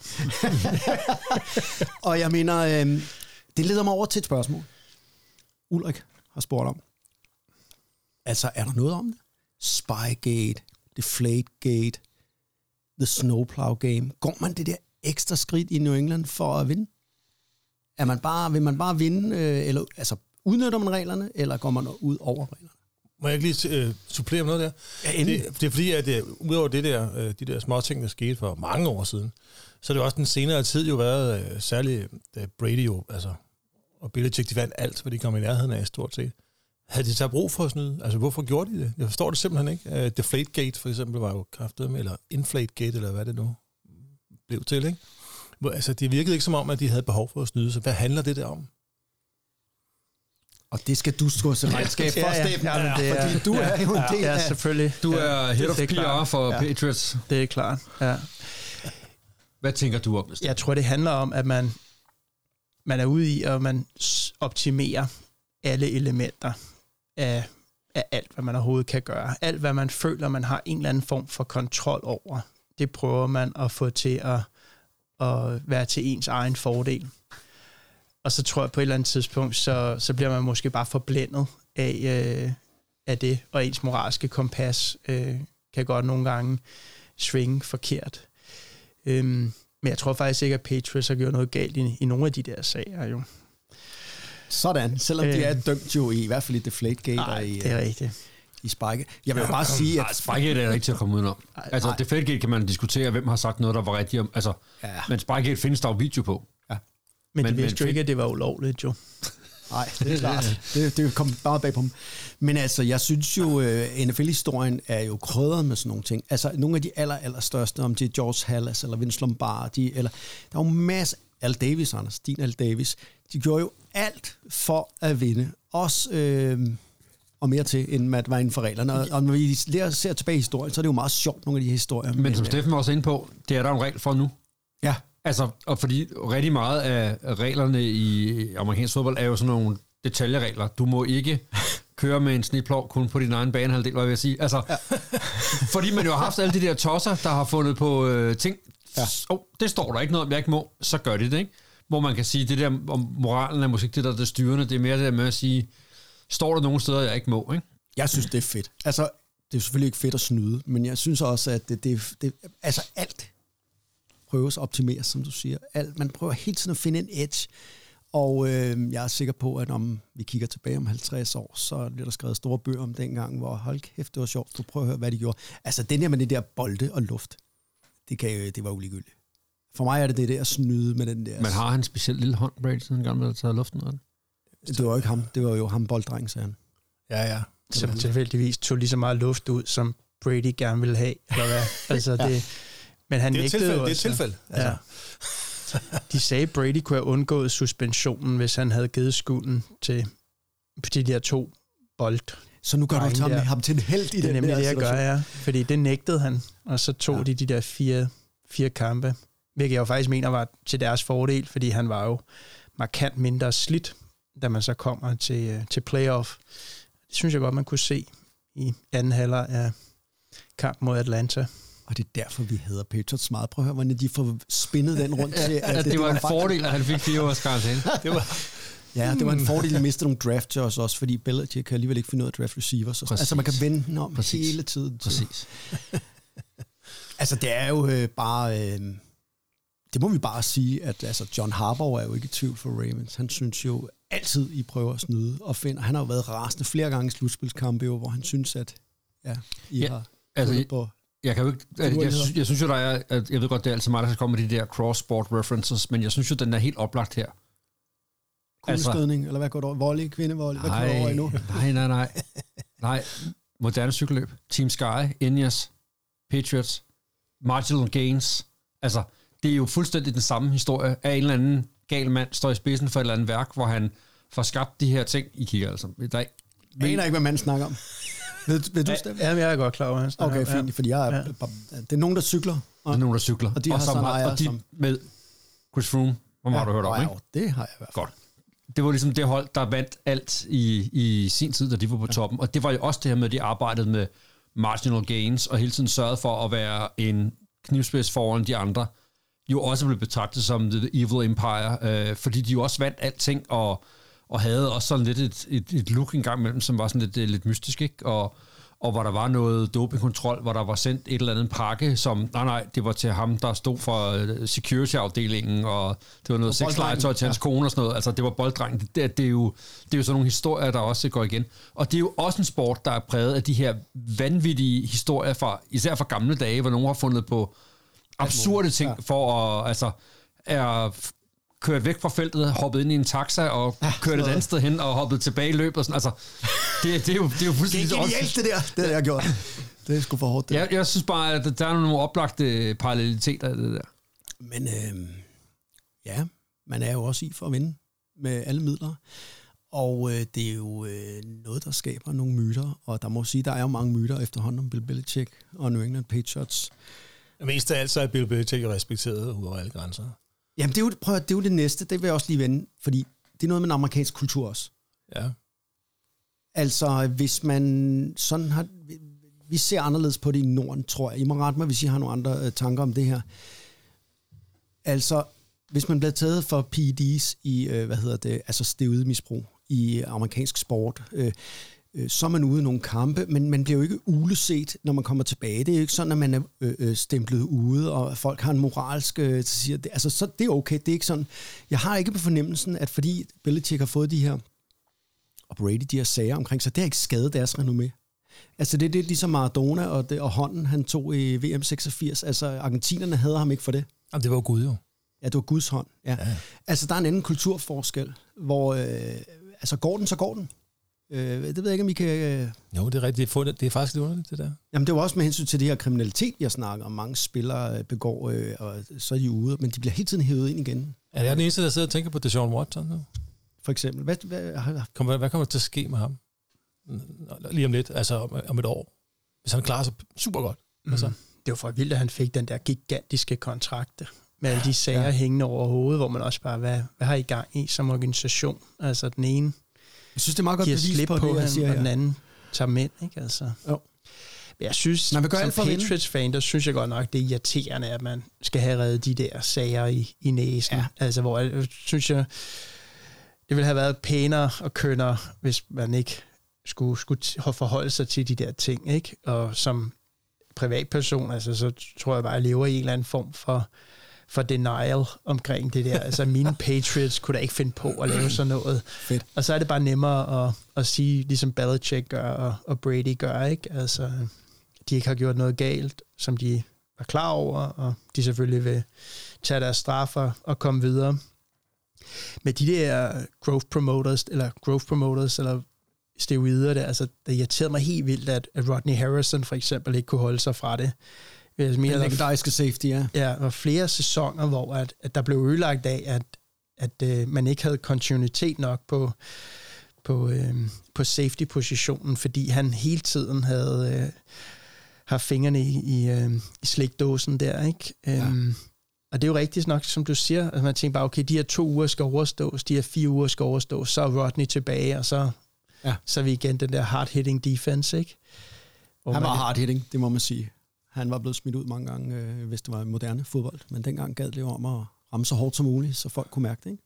Og jeg mener, øh, det leder mig over til et spørgsmål. Ulrik har spurgt om. Altså, er der noget om det? Spygate, Deflategate, The Snowplow Game. Går man det der ekstra skridt i New England for at vinde? Er man bare, vil man bare vinde, øh, eller altså, udnytter man reglerne, eller går man ud over reglerne? Må jeg ikke lige uh, supplere med noget der? Ja, det, det er fordi, at uh, udover det der, uh, de der små ting, der skete for mange år siden, så er det jo også den senere tid jo været, øh, særligt da Brady jo, altså, og Belichick, de vandt alt, hvad de kom i nærheden af stort set. Havde de så brug for at snyde? Altså, hvorfor gjorde de det? Jeg forstår det simpelthen ikke. Uh, Deflategate, for eksempel, var jo kraftet med, eller Inflategate, eller hvad det nu blev til, ikke? Hvor, altså, det virkede ikke som om, at de havde behov for at snyde, så hvad handler det der om? Og det skal du stå til regnskab for, ja, ja. Steffen, Ja, ja, ja, fordi du ja, er jo en del ja, af... Ja, selvfølgelig. Du er head of P R for ja. Patriots. Det er klart, ja. Hvad tænker du om det? Jeg tror, det handler om, at man, man er ude i, at man optimerer alle elementer af, af alt, hvad man overhovedet kan gøre. Alt, hvad man føler, man har en eller anden form for kontrol over, det prøver man at få til at, at være til ens egen fordel. Og så tror jeg på et eller andet tidspunkt, så, så bliver man måske bare forblændet af, øh, af det, og ens moralske kompas øh, kan godt nogle gange svinge forkert. Øhm, men jeg tror faktisk ikke, at Patriots har gjort noget galt i, i nogle af de der sager, jo. Sådan, selvom øh, de er dømt jo i, i hvert fald i Deflategate nej, og i, det er rigtigt. i Spike. Jeg vil jo bare sige, at... Spikegate er ikke til at komme udenom. Altså, Deflategate kan man diskutere, hvem har sagt noget, der var rigtigt om. Altså, ja. Men Spikegate findes der jo video på. Ja. Men, men de vidste jo ikke, at det var ulovligt, jo. Nej, det er klart. det, det kom bare bag på dem. Men altså, jeg synes jo, uh, N F L-historien er jo krydret med sådan nogle ting. Altså, nogle af de aller, aller største, om det er George Halas eller Vince Lombardi, eller der er jo masser... Al Davis, Anders, din Al Davis, de gjorde jo alt for at vinde. Også... Øh, og mere til, end at være inden for reglerne. Og, og når vi lærer, ser tilbage i historien, så er det jo meget sjovt, nogle af de historier. Men, men som Steffen var også inde på, det er der en regel for nu. Ja. Altså, og fordi rigtig meget af reglerne i amerikansk fodbold er jo sådan nogle detaljeregler. Du må ikke køre med en sniplov kun på din egen banehalvdel, hvad jeg vil sige. Altså, ja. Fordi man jo har haft alle de der tosser, der har fundet på øh, ting. Ja. Oh, det står der ikke noget om, jeg ikke må, så gør de det, ikke? Hvor man kan sige, det der om moralen er måske det der, der styrende, det er mere det der med at sige, står der nogle steder, jeg ikke må, ikke? Jeg synes, det er fedt. Altså, det er jo selvfølgelig ikke fedt at snyde, men jeg synes også, at det, det, det altså alt prøves at optimeres, som du siger. Alt, man prøver hele tiden at finde en edge, og øh, jeg er sikker på, at om vi kigger tilbage om halvtreds år, så bliver der skrevet store bøger om dengang, hvor hold kæft, det var sjovt, du prøver at høre, hvad de gjorde. Altså, den der med det der bolde og luft, det, kan jo, det var uligegyldigt. For mig er det det der at snyde med den der... Men har han en speciel lille hånd, Brady, siden han gerne ville have taget luften af den? Det var jo ikke ham, det var jo ham bolddreng, sagde han. Ja, ja. Som tilfældigvis tog lige så meget luft ud, som Brady gerne ville have, eller hvad? Altså, det, men han det er et tilfælde, det er et tilfælde. Altså. Ja. De sagde, at Brady kunne have undgået suspensionen, hvis han havde givet skylden til de der to bold. Så nu gør du ham, ham til en held i det den der situation. Det gør jeg, fordi det nægtede han, og så tog ja. de de der fire, fire kampe, hvilket jeg jo faktisk mener var til deres fordel, fordi han var jo markant mindre slidt, da man så kommer til, til playoff. Det synes jeg godt, man kunne se i anden halvleg af kamp mod Atlanta. Og det er derfor, vi hedder Patriots meget. Prøv at høre, hvordan de får spinnet den rundt til. At det, det, det var en fordel, at han fik fire års karantæne. Det var... Ja, det var en fordel at miste nogle draft jobs også, fordi Belichick kan alligevel ikke finde ud af draft receivers. Præcis. Altså, man kan vende den om Præcis. hele tiden. Præcis. Altså, det er jo øh, bare... Øh, det må vi bare sige, at altså, John Harbaugh er jo ikke i tvivl for Ravens. Han synes jo altid, I prøver at snyde og finde. Han har jo været rasende flere gange i slutspilskampe, hvor han synes, at ja, I ja, har altså, på... Jeg, kan jo ikke, jeg, jeg, synes, jeg synes jo, der er... At, jeg ved godt, det er altid meget, der skal komme med de der cross-sport references, men jeg synes jo, den er helt oplagt her. Kuglestødning, altså, eller hvad går der over? Volley, kvindevolley, hvad går der over endnu? Nej, nej, nej. Nej, moderne cykelløb. Team Sky, Ineos, Patriots, marginal gains. Altså, det er jo fuldstændig den samme historie af en eller anden gal mand, står i spidsen for et eller andet værk, hvor han får skabt de her ting. I kigger altså. Der er, jeg aner ikke, hvad man snakker om. Ved, ved du, Steffen? Ja, jeg er godt klar over, han snakker okay, fint, ja. Fordi jeg er, ja. det er nogen, der cykler. Og, det er nogen, der cykler. Og de og har som, sådan har, og de som... med Chris Froome, hvor meget ja, har du hørt om, wow, ikke? Det har jeg i hvert fald. Godt. Det var ligesom det hold, der vandt alt i, i sin tid, da de var på toppen. Ja. Og det var jo også det her med, at de arbejdede med marginal gains, og hele tiden sørgede for at være en knivspids foran de andre. Jo også blev betragtet som The Evil Empire, øh, fordi de jo også vandt alting, og, og havde også sådan lidt et, et, et look en gang imellem, som var sådan lidt, lidt mystisk, ikke? Og, og hvor der var noget dopingkontrol, hvor der var sendt et eller andet pakke, som, nej nej, det var til ham, der stod for security-afdelingen, og det var noget sexlegetøj til hans ja. kone og sådan noget, altså det var bolddreng. Det, det, det, er jo, det er jo sådan nogle historier, der også går igen. Og det er jo også en sport, der er præget af de her vanvittige historier, fra, især fra gamle dage, hvor nogen har fundet på absurde ting ja. for at, altså, er kørt væk fra feltet, hoppet ind i en taxa og ja, kørt et andet sted hen og hoppet tilbage i løbet og sådan, altså, det, det, er, jo, det er jo fuldstændig... Det er genialt, det der, det har jeg gjort. Det er sgu for hårdt, det. Jeg, jeg synes bare, at der er nogle oplagte paralleliteter i det der. Men øh, ja, man er jo også i for at vinde med alle midler. Og øh, det er jo øh, noget, der skaber nogle myter. Og der må sige, der er jo mange myter efterhånden om Bill Belichick og New England Patriots. Mest af alt så er Bill Belichick jo respekteret ud over alle grænser. Jamen, det er, jo, prøv, det er jo det næste. Det vil jeg også lige vende, fordi det er noget med en amerikansk kultur også. Ja. Altså, hvis man sådan har... Vi ser anderledes på det i Norden, tror jeg. I må rette mig, hvis I har nogle andre øh, tanker om det her. Altså, hvis man bliver taget for P E D's i, øh, hvad hedder det, altså steroidmisbrug i amerikansk sport, øh, øh, så er man ude i nogle kampe, men man bliver jo ikke uleset, når man kommer tilbage. Det er jo ikke sådan, at man er øh, stemplet ude, og folk har en moralsk... Øh, siger, det, altså, så det er okay. Det er ikke sådan... Jeg har ikke på fornemmelsen, at fordi Belichick har fået de her, og Brady, de her sager omkring sig, det har ikke skadet deres renommé. Altså det er det, ligesom Maradona og, det, og hånden, han tog i V M seksogfirs. Altså argentinerne havde ham ikke for det. Jamen, det var Gud jo. Ja, det var Guds hånd. Ja. Ja. Altså der er en anden kulturforskel, hvor øh, altså går den, så går den. Øh, det ved jeg ikke, om I kan... Øh... Jo, det er rigtigt. Det er, det er faktisk lidt underligt, det der. Jamen det var også med hensyn til det her kriminalitet, vi har snakket om. Mange spillere begår, øh, og så er de ude, men de bliver hele tiden hævet ind igen. Er det den eneste, der sidder og tænker på Deshaun Watson nu? For eksempel. Hvad, hvad, Kom, hvad kommer der til at ske med ham? Lige om lidt, altså om, om et år. Hvis han klarer sig super godt. Mm. Altså. Det var for vildt, at han fik den der gigantiske kontrakt med alle de sager ja. hængende over hovedet, hvor man også bare, hvad, hvad har I gang i som organisation? Altså den ene jeg synes, det er meget godt giver bevis slip på, på det, ham, siger, og den ja. anden tager mænd, ikke? Altså. Jo. Jeg synes, som Patriots-fan, der synes jeg godt nok, det er irriterende, at man skal have reddet de der sager i, i næsen. Ja. Altså, hvor jeg synes jeg, det ville have været pænere og kønnere, hvis man ikke skulle, skulle forholde sig til de der ting, ikke? Og som privatperson, altså, så tror jeg bare, at jeg lever i en eller anden form for, for denial omkring det der. Altså, mine Patriots kunne da ikke finde på at lave sådan noget. Fedt. Og så er det bare nemmere at, at sige, ligesom Belichick gør og, og Brady gør, ikke? Altså, de ikke har gjort noget galt, som de er klar over, og de selvfølgelig vil tage deres straffer og komme videre. Med de der growth promoters, eller growth promoters, eller steroider der, altså, det irriterede mig helt vildt, at, at Rodney Harrison for eksempel ikke kunne holde sig fra det. Den legendariske safety, ja. Ja, og flere sæsoner, hvor at, at der blev ødelagt af, at, at uh, man ikke havde kontinuitet nok på, på, uh, på safety-positionen, fordi han hele tiden havde uh, haft fingrene i, i, uh, i slikdåsen der, ikke? Ja. Um, og det er jo rigtigt nok, som du siger, at man tænker bare, okay, de her to uger skal overstås, de her fire uger skal overstås, så er Rodney tilbage, og så, ja. så er vi igen den der hard-hitting defense, ikke? Hvor han var man, hard-hitting, det må man sige. Han var blevet smidt ud mange gange, øh, hvis det var moderne fodbold, men dengang gad det jo om at ramme så hårdt som muligt, så folk kunne mærke det, ikke?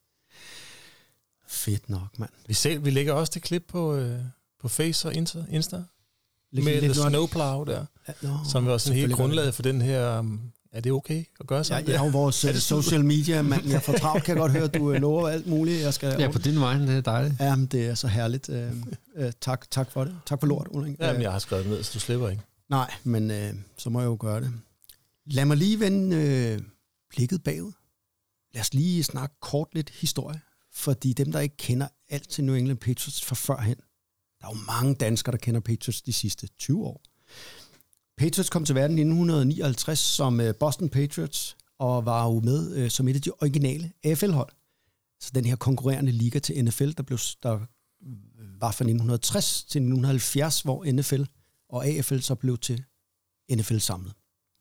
Fedt nok, mand. Vi, selv, vi lægger også det klip på, øh, på Face og Insta, Insta med The Snowplow der, ja, no, som var sådan helt grundlaget for den her... Um, er det okay at gøre sådan? Ja, jeg har jo vores uh, social media, mand. Jeg får travlt, kan jeg godt høre, at du uh, lover alt muligt. Jeg skal, ja, på din vej, det er dejligt. Jamen, det er så herligt. Uh, uh, tak, tak for det. Tak for lort, Ulrik. Jamen, jeg har skrevet ned, så du slipper ikke. Nej, men uh, så må jeg jo gøre det. Lad mig lige vende uh, blikket bagud. Lad os lige snakke kort lidt historie, fordi dem, der ikke kender alt til New England Patriots fra førhen, der er jo mange danskere, der kender Patriots de sidste tyve år. Patriots kom til verden i nitten nioghalvtreds som Boston Patriots, og var jo med øh, som et af de originale A F L-hold. Så den her konkurrerende liga til N F L, der, blev, der var fra nitten tres til nitten halvfjerds, hvor N F L og A F L så blev til N F L samlet.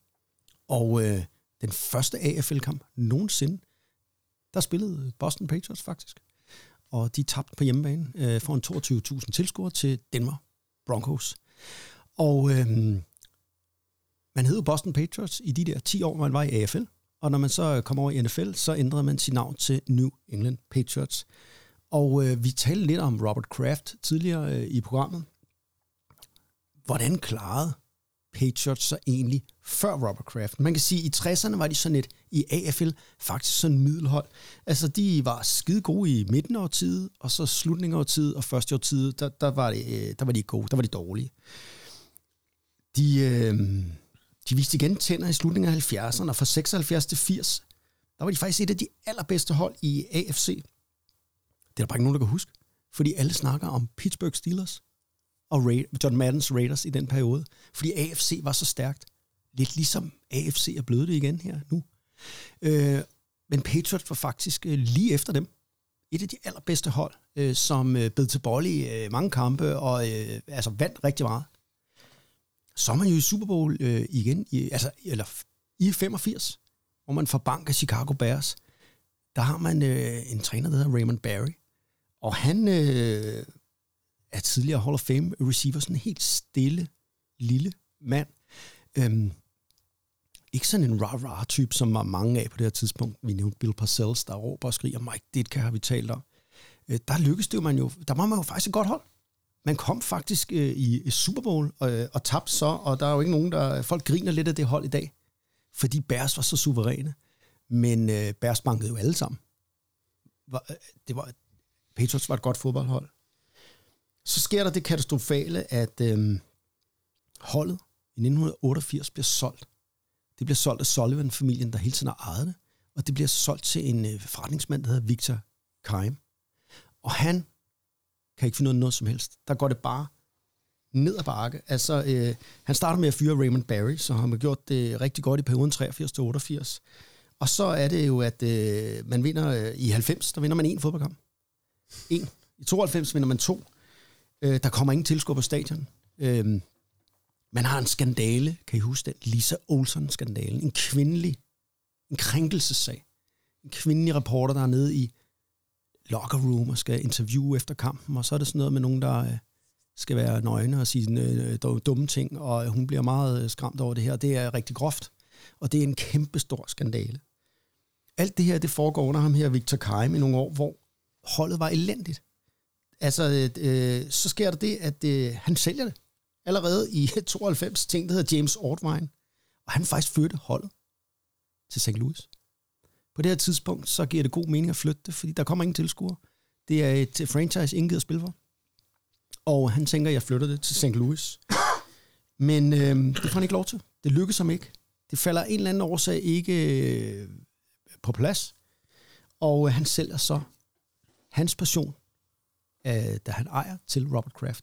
Og øh, den første A F L-kamp nogensinde, der spillede Boston Patriots faktisk. Og de tabte på hjemmebane øh, foran toogtyve tusind tilskuere til Denver Broncos. Og... Øh, Man hed jo Boston Patriots i de der ti år, man var i A F L, og når man så kom over i N F L, så ændrede man sit navn til New England Patriots. Og øh, vi talte lidt om Robert Kraft tidligere øh, i programmet. Hvordan klarede Patriots så egentlig før Robert Kraft? Man kan sige, at i tresserne var de sådan et, i A F L faktisk sådan en middelhold. Altså, de var skide gode i midten af årtiet, og så slutningen af årtiet og første årtiet, der, der, var det, der var de gode, der var de dårlige. De... Øh, de viste igen tænder i slutningen af halvfjerdserne, og fra seksoghalvfjerds til firs, der var de faktisk et af de allerbedste hold i A F C. Det er der bare ikke nogen, der kan huske, fordi alle snakker om Pittsburgh Steelers og Ra- John Maddens Raiders i den periode, fordi A F C var så stærkt. Lidt ligesom A F C er blevet det igen her nu. Øh, men Patriots var faktisk øh, lige efter dem et af de allerbedste hold, øh, som øh, bed til bold i øh, mange kampe og øh, altså vandt rigtig meget. Så er man jo i Super Bowl øh, igen, i, altså, eller i femogfirs, hvor man får bank af Chicago Bears. Der har man øh, en træner, der hedder Raymond Barry, og han øh, er tidligere Hall of Fame receiver, sådan en helt stille, lille mand. Øhm, ikke sådan en rah-rah-type, som var mange af på det her tidspunkt. Vi nævnte Bill Parcells, der råber og skriger, Mike Ditka har vi talt om. Øh, der lykkedes det jo, man jo, der var man jo faktisk et godt hold. Man kom faktisk øh, i Super Bowl øh, og tabte så, og der er jo ikke nogen, der... Folk griner lidt af det hold i dag, fordi Bears var så suveræne. Men øh, Bears bankede jo alle sammen. Det var, Patriots var et godt fodboldhold. Så sker der det katastrofale, at øh, holdet i nitten otteogfirs bliver solgt. Det bliver solgt af Sullivan-familien, der hele tiden har ejet det, og det bliver solgt til en øh, forretningsmand, der hedder Victor Keim. Og han kan ikke finde noget som helst. Der går det bare ned ad bakke. Altså, øh, han starter med at fyre Raymond Barry, så han har gjort det rigtig godt i perioden treogfirs til otteogfirs. Og så er det jo, at øh, man vinder øh, i halvfems, der vinder man en fodboldkamp. En. I tooghalvfems vinder man to. Øh, der kommer ingen tilskuere på stadion. Øh, man har en skandale, kan I huske den? Lisa Olsen-skandalen. En kvindelig, en krænkelsessag. En kvindelig reporter, der er nede i locker room og skal interviewe efter kampen, og så er det sådan noget med nogen, der øh, skal være nøgne og sige øh, dumme ting, og hun bliver meget øh, skræmt over det her. Det er rigtig groft, og det er en kæmpe stor skandale. Alt det her, det foregår under ham her, Victor Keim, i nogle år, hvor holdet var elendigt. Altså, øh, så sker der det, at øh, han sælger det. Allerede i tooghalvfems, ting, der hedder James Ortvine, og han faktisk flytte holdet til Saint Louis. På det her tidspunkt, så giver det god mening at flytte det, fordi der kommer ingen tilskuere. Det er et franchise, ingen gider spille for. Og han tænker, at jeg flytter det til Saint Louis. Men øh, det får han ikke lov til. Det lykkes ham ikke. Det falder en eller anden årsag ikke øh, på plads. Og øh, han sælger så hans passion, øh, da han ejer, til Robert Kraft.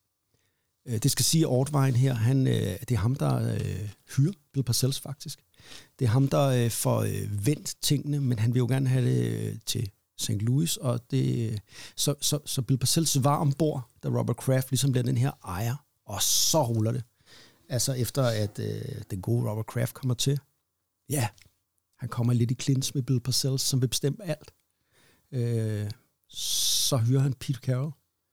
Øh, det skal sige, at Ortvine her, han, øh, det er ham, der øh, hyrer Bill Parcells faktisk. Det er ham, der øh, får øh, vendt tingene, men han vil jo gerne have det øh, til Saint Louis, og det, så, så, så Bill Parcells var ombord, da Robert Kraft ligesom bliver den her ejer, og så ruller det. Altså efter, at øh, den gode Robert Kraft kommer til. Ja, han kommer lidt i clinch med Bill Parcells, som vil bestemme alt. Øh, så hører han Pete Carroll,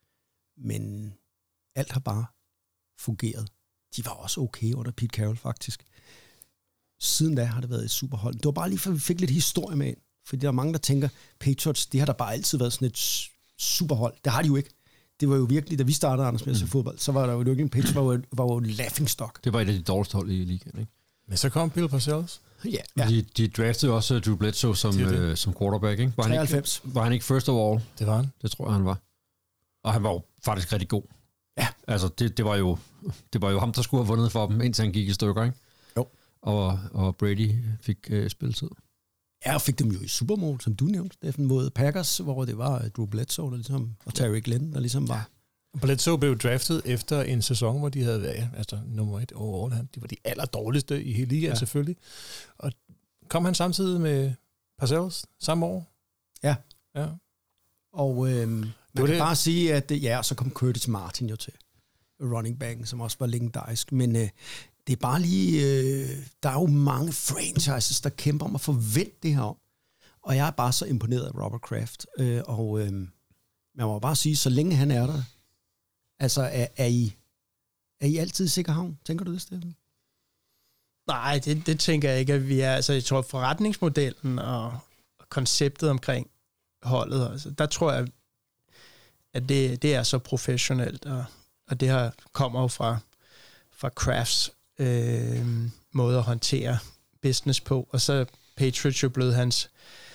men alt har bare fungeret. De var også okay under Pete Carroll, faktisk. Siden da har det været et superhold. Det var bare lige for, at vi fik lidt historie med ind. Fordi der er mange, der tænker, Patriots, det har der bare altid været sådan et superhold. Det har de jo ikke. Det var jo virkelig, da vi startede, Anders, med at se fodbold, så var der jo ikke en Patriots, var jo, var jo en laughingstock. Det var et af de dårligste hold i ligaen, ikke? Men så kom Bill Parcells. Ja. ja. De, de draftede også Drew Bledsoe som, øh, som quarterback, ikke? Var han treoghalvfems. Ikke, var han ikke first of all? Det var han. Det tror jeg, han var. Og han var jo faktisk rigtig god. Ja. Altså, det, det, var jo, det var jo ham, der skulle have vundet for dem, indtil han gik i stykker, ikke? Jo. Og, og Brady fik øh, spilletid. Ja, og fik dem jo i Super Bowl, som du nævnte, Steffen, mod Packers, hvor det var Drew Bledsoe der ligesom, og Terry Glenn, der ligesom var... Bledsoe blev draftet efter en sæson, hvor de havde været altså, nummer et overall. De var de aller dårligste i hele ligaen, ja. Selvfølgelig. Og kom han samtidig med Parcells samme år? Ja. Ja. Og øh, man kan det. bare sige, at ja, og så kom Curtis Martin jo til running backen, som også var legendarisk. Men øh, det er bare lige... Øh, der er jo mange franchises, der kæmper om at forvente det her om. Og jeg er bare så imponeret af Robert Kraft. Øh, og øh, man må bare sige, så længe han er der, altså er, er, I, er I altid i sikker havn? Tænker du det, Steffen? Nej, det, det tænker jeg ikke, at vi er. Altså, jeg tror, forretningsmodellen og konceptet omkring holdet, altså, der tror jeg, at det, det er så professionelt, og, og det her kommer jo fra, fra Krafts øh, måde at håndtere business på, og så Patriots jo blevet hans,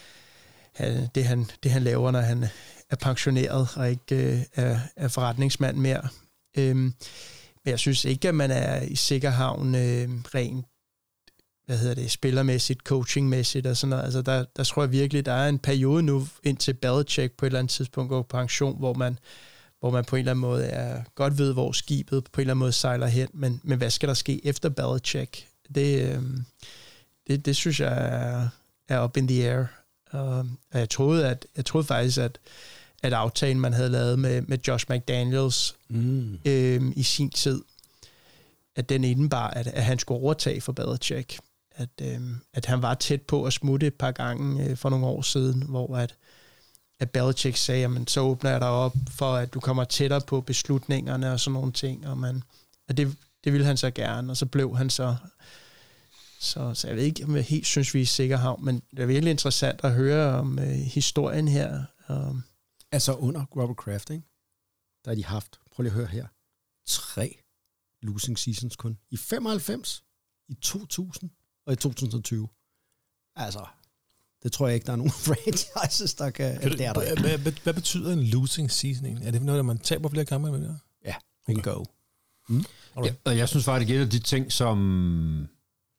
det han, det han laver, når han er pensioneret og ikke øh, er, er forretningsmand mere. Øhm, men jeg synes ikke, at man er i sikker havn øh, rent hvad hedder det, spillermæssigt, coachingmæssigt og sådan noget. Altså der, der tror jeg virkelig, der er en periode nu, indtil Belichick på et eller andet tidspunkt går på pension, hvor man, hvor man på en eller anden måde er, godt ved, hvor skibet på en eller anden måde sejler hen, men, men hvad skal der ske efter Belichick? Det, øh, det, det synes jeg er, er up in the air. Og jeg troede, at, jeg troede faktisk, at, at aftalen, man havde lavet med, med Josh McDaniels mm. øh, i sin tid, at den indebar, at, at han skulle overtage for Belichick. At, øh, at han var tæt på at smutte et par gange øh, for nogle år siden, hvor at, at Belichick sagde, jamen, så åbner jeg dig op for, at du kommer tættere på beslutningerne og sådan nogle ting. Og, man, og det, det ville han så gerne, og så blev han så... Så, så jeg ved ikke, om jeg helt synes, vi er i sikker havn, men det er virkelig interessant at høre om øh, historien her. Um. Altså under Robert Kraft, ikke? Der har de haft, prøv lige at høre her, tre losing seasons kun. I femoghalvfems, i to tusind og i to tusind og tyve. Altså, det tror jeg ikke, der er nogen franchises, der kan... kan det, der, der. Hvad, hvad, hvad betyder en losing season egentlig? Er det noget, der man taber flere kampe med det? Ja, bingo. Okay. Mm. Ja, og jeg synes faktisk, at et af de ting, som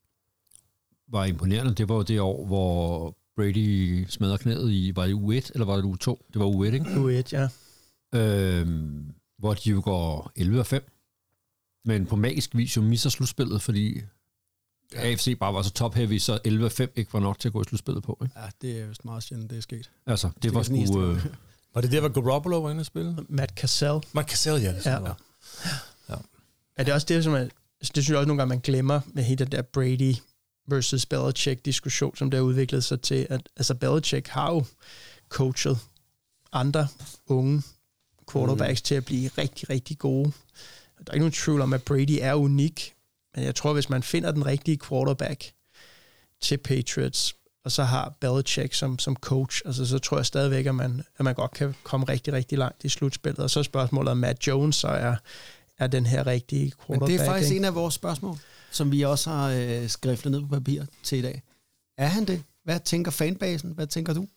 var imponerende, det var jo det år, hvor Brady smadrede knæet i, var det U et, eller var det U to? Det var U et, ikke? U et, ja. Øhm, hvor de jo går elleve og fem, men på magisk vis jo misser slutspillet, fordi ja. A F C bare var så top-heavy, så elleve og fem ikke var nok til at gå i slutspillet på, ikke? Ja, det er jo meget sjældent, det er sket. Altså, det, det var sgu... Øh... Var det der, hvor Garoppolo var inde at spille? Matt Cassell. Matt Cassell, ja. Det ja. ja. ja. Er det også det, som er, det synes jeg også nogle gange, man glemmer med hele den der Brady versus Belichick-diskussion, som der udviklede sig til, at altså Belichick har jo coachet andre unge quarterbacks mm. til at blive rigtig, rigtig gode. Der er ikke nogen tvivl om, at Brady er unik, men jeg tror, hvis man finder den rigtige quarterback til Patriots, og så har Belichick som, som coach, altså, så tror jeg stadigvæk, at man, at man godt kan komme rigtig, rigtig langt i slutspillet. Og så er spørgsmålet, om Matt Jones så er, er den her rigtige quarterback. Men det er faktisk ikke? En af vores spørgsmål, som vi også har øh, skriftet ned på papir til i dag. Er han det? Hvad tænker fanbasen? Hvad tænker du?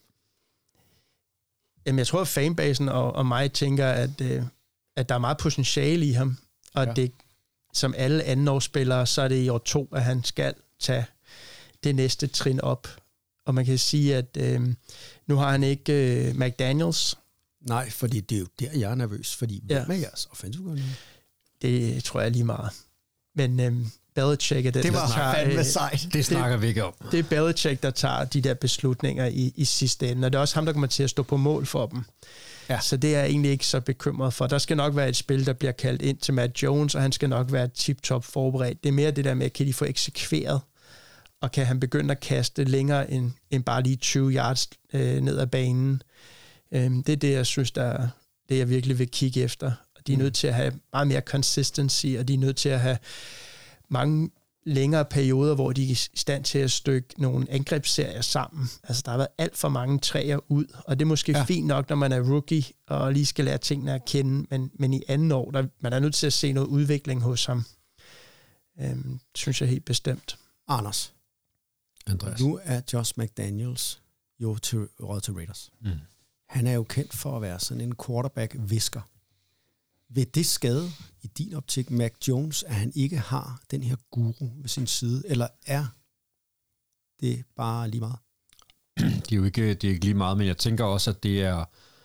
Jamen, jeg tror, at fanbasen og, og mig tænker, at, øh, at der er meget potentiale i ham, og ja. det, som alle andenårsspillere, så er det i år to, at han skal tage det næste trin op. Og man kan sige, at øh, nu har han ikke øh, McDaniels. Nej, fordi det er jo der, jeg er nervøs, fordi ja. hvem er jeres offensive coordinator? Det tror jeg lige meget. Men øh, Belichick er den, det var der tager... fandme sejt. Det snakker vi ikke om. Det er Belichick, der tager de der beslutninger i, i sidste ende, og det er også ham, der kommer til at stå på mål for dem. Ja. Så det er jeg egentlig ikke så bekymret for. Der skal nok være et spil, der bliver kaldt ind til Matt Jones, og han skal nok være tip-top forberedt. Det er mere det der med, kan de få eksekveret, og kan han begynde at kaste længere end, end bare lige tyve yards øh, ned ad banen. Øhm, det er det, jeg synes, der, det jeg virkelig vil kigge efter. Og de er mm. nødt til at have meget mere consistency, og de er nødt til at have mange længere perioder, hvor de er i stand til at stykke nogle angrebsserier sammen. Altså, der har været alt for mange træer ud, og det er måske ja. fint nok, når man er rookie, og lige skal lære tingene at kende, men, men i anden år, der, man er nødt til at se noget udvikling hos ham. Øhm, synes jeg helt bestemt. Anders. Andreas. Nu er Josh McDaniels jo til, råd til Raiders. Mm. Han er jo kendt for at være sådan en quarterback-visker. Vil det skade i din optik Mac Jones, at han ikke har den her guru ved sin side, eller er det bare lige meget? Det er jo ikke, det er ikke lige meget, men jeg tænker også, at det er,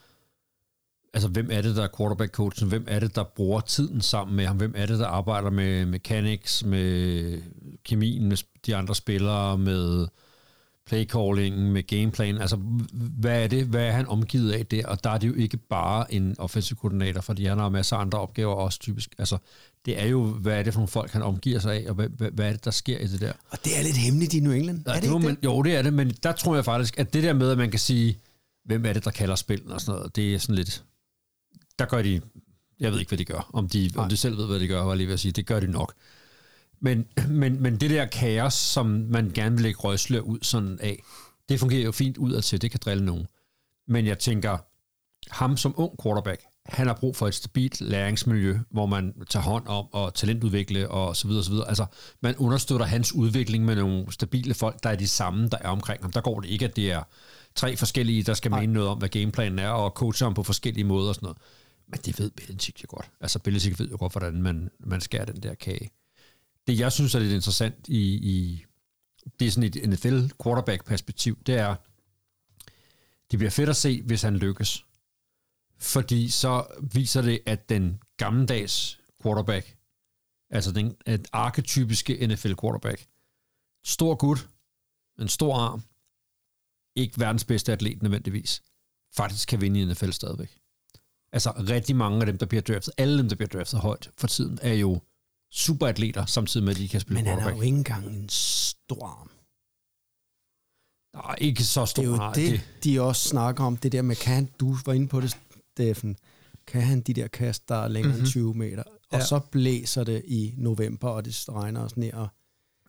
altså hvem er det, der er quarterback-coachen? Hvem er det, der bruger tiden sammen med ham? Hvem er det, der arbejder med mechanics, med kemien, med de andre spillere, med playcallingen, med gameplan? Altså, hvad er det? Hvad er han omgivet af der? Og der er det jo ikke bare en offensive koordinator, fordi han har masser af andre opgaver også typisk. Altså, det er jo, hvad er det for nogle folk, han omgiver sig af, og hvad, hvad, hvad er det, der sker i det der? Og det er lidt hemmeligt i New England. Ja, er det, det ikke man, det? Jo, det er det, men der tror jeg faktisk, at det der med, at man kan sige, hvem er det, der kalder spil og sådan noget, det er sådan lidt, der gør de, jeg ved ikke, hvad de gør. Om de, om de selv ved, hvad de gør, var lige ved at sige, det gør de nok. Men, men, men det der kaos, som man gerne vil lægge røgsler ud sådan af, det fungerer jo fint udad til, det kan drille nogen. Men jeg tænker, ham som ung quarterback, han har brug for et stabilt læringsmiljø, hvor man tager hånd om og talentudvikle og så videre, så videre. Altså, man understøtter hans udvikling med nogle stabile folk, der er de samme, der er omkring ham. Der går det ikke, at det er tre forskellige, der skal mene noget om, hvad gameplanen er, og coache ham på forskellige måder og sådan noget. Men det ved Belichick jo godt. Altså, Belichick ved jo godt, hvordan man, man skærer den der kage. Det, jeg synes er lidt interessant i, i det er sådan et N F L quarterback-perspektiv, det er, det bliver fedt at se, hvis han lykkes. Fordi så viser det, at den gammeldags quarterback, altså den et arketypiske N F L quarterback, stor gut, en stor arm, ikke verdens bedste atlet nødvendigvis, faktisk kan vinde i N F L stadigvæk. Altså rigtig mange af dem, der bliver draftet, alle dem, der bliver draftet højt for tiden, er jo superatleter, samtidig med, at de kan spille Men quarterback. han er jo ikke engang en stor arm. Nej, ikke så stor. Det er jo Nej, det, det, de også snakker om, det der med, kan du var inde på det, Steffen, kan han de der kast, der er længere mm-hmm. end tyve meter, og Ja. så blæser det i november, og det regner også ned. Og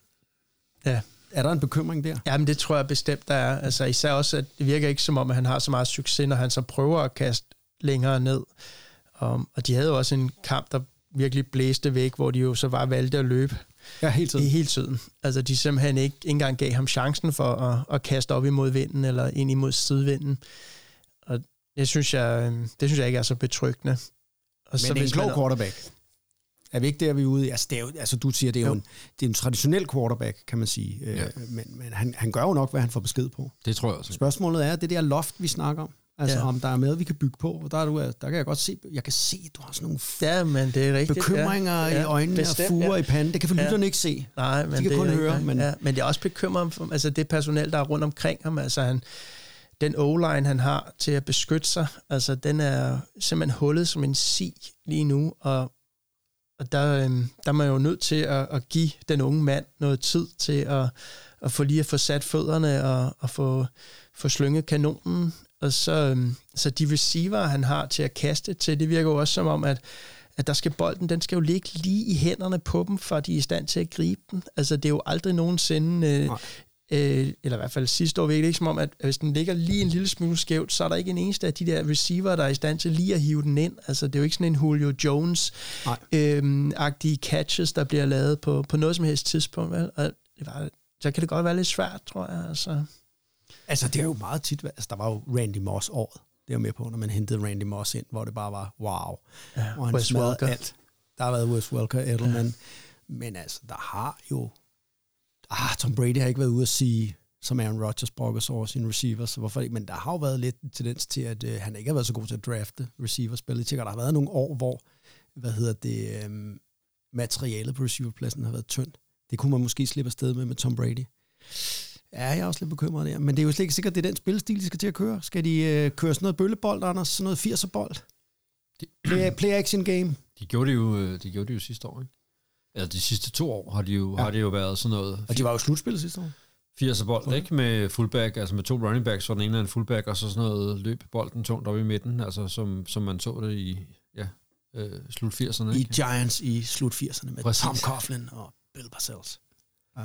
Ja. er der en bekymring der? Jamen, det tror jeg bestemt, der er. Altså, især også, at det virker ikke som om, at han har så meget succes, når han så prøver at kaste længere ned. Um, og de havde jo også en kamp, der virkelig blæste væk, hvor de jo så bare valgte at løbe Ja, hele tiden. i hele tiden. Altså, de simpelthen ikke, ikke engang gav ham chancen for at, at kaste op imod vinden, eller ind imod sidevinden. Og det synes jeg, det synes jeg ikke er så betryggende. Og Men så, det er en hvis klog man- quarterback. Er vi ikke der, vi er ude i? Altså, det er jo, altså du siger, det er jo, en, det er en traditionel quarterback, kan man sige. Ja. Øh, men men han, han gør jo nok, hvad han får besked på. det tror jeg også. Spørgsmålet er, det der loft, vi snakker om. Altså, Ja. om der er med, vi kan bygge på. Og der, er du, der kan jeg godt se, jeg kan se, at du har sådan nogle Ja, men det er rigtigt. bekymringer ja. ja, i øjnene bestemt, og fuger ja. i panden. Det kan for Ja. lytterne ikke se. Nej, men De kan det kun er høre, ikke- men- Ja, men det er også bekymret for altså det personel, der er rundt omkring ham. Altså han, den O-line, han har til at beskytte sig, altså den er simpelthen hullet som en si lige nu, og, og der, øhm, der er man jo nødt til at, at give den unge mand noget tid til at, at få lige at få sat fødderne og, og få, få slynget kanonen, og så, øhm, så de receiver, han har til at kaste til, det virker jo også som om, at at der skal bolden, den skal jo ligge lige i hænderne på dem, for de er i stand til at gribe den. Altså, det er jo aldrig nogensinde, øh, øh, eller i hvert fald sidste år, virkelig ikke som om, at hvis den ligger lige en lille smule skævt, så er der ikke en eneste af de der receiver, der er i stand til lige at hive den ind. Altså, det er jo ikke sådan en Julio Jones-agtige øh, catches, der bliver lavet på, på noget som helst tidspunkt. Vel? Og det var, så kan det godt være lidt svært, tror jeg. Altså. Altså, det er jo meget tit, altså, der var jo Randy Moss året. Det er jo med på, når man hentede Randy Moss ind, hvor det bare var, wow. Ja, og han Wes smadrede Welker. alt. Der har været Wes Welker, Edelman. Ja. Men altså, der har jo... Ah, Tom Brady har ikke været ude at sige, som Aaron Rodgers brokkes over sine receivers, så hvorfor ikke? Men der har jo været lidt en tendens til, at øh, han ikke har været så god til at drafte receiverspillet. Der har været nogle år, hvor, hvad hedder det, øh, materialet på receiverpladsen har været tyndt. Det kunne man måske slippe afsted med med Tom Brady. Ja, jeg er også lidt bekymret der. Men det er jo slet ikke sikkert, at det er den spillestil, de skal til at køre. Skal de øh, køre sådan noget bøllebold, Anders? Sådan noget firser-bold? Play, play action game? De gjorde det jo, de gjorde det jo sidste år, ikke? Altså de sidste to år har de jo, ja. har det jo været sådan noget... Og de var jo slutspillet sidste år. firser-bold, ikke? Med fullback, altså med to running backs, så den ene er en fullback, og så sådan noget løb bolden tungt oppe i midten, altså som, som man så det i ja, øh, slut firserne. I ikke? Giants i slut firserne med Præcis. Tom Coughlin og Bill Parcells. Ja.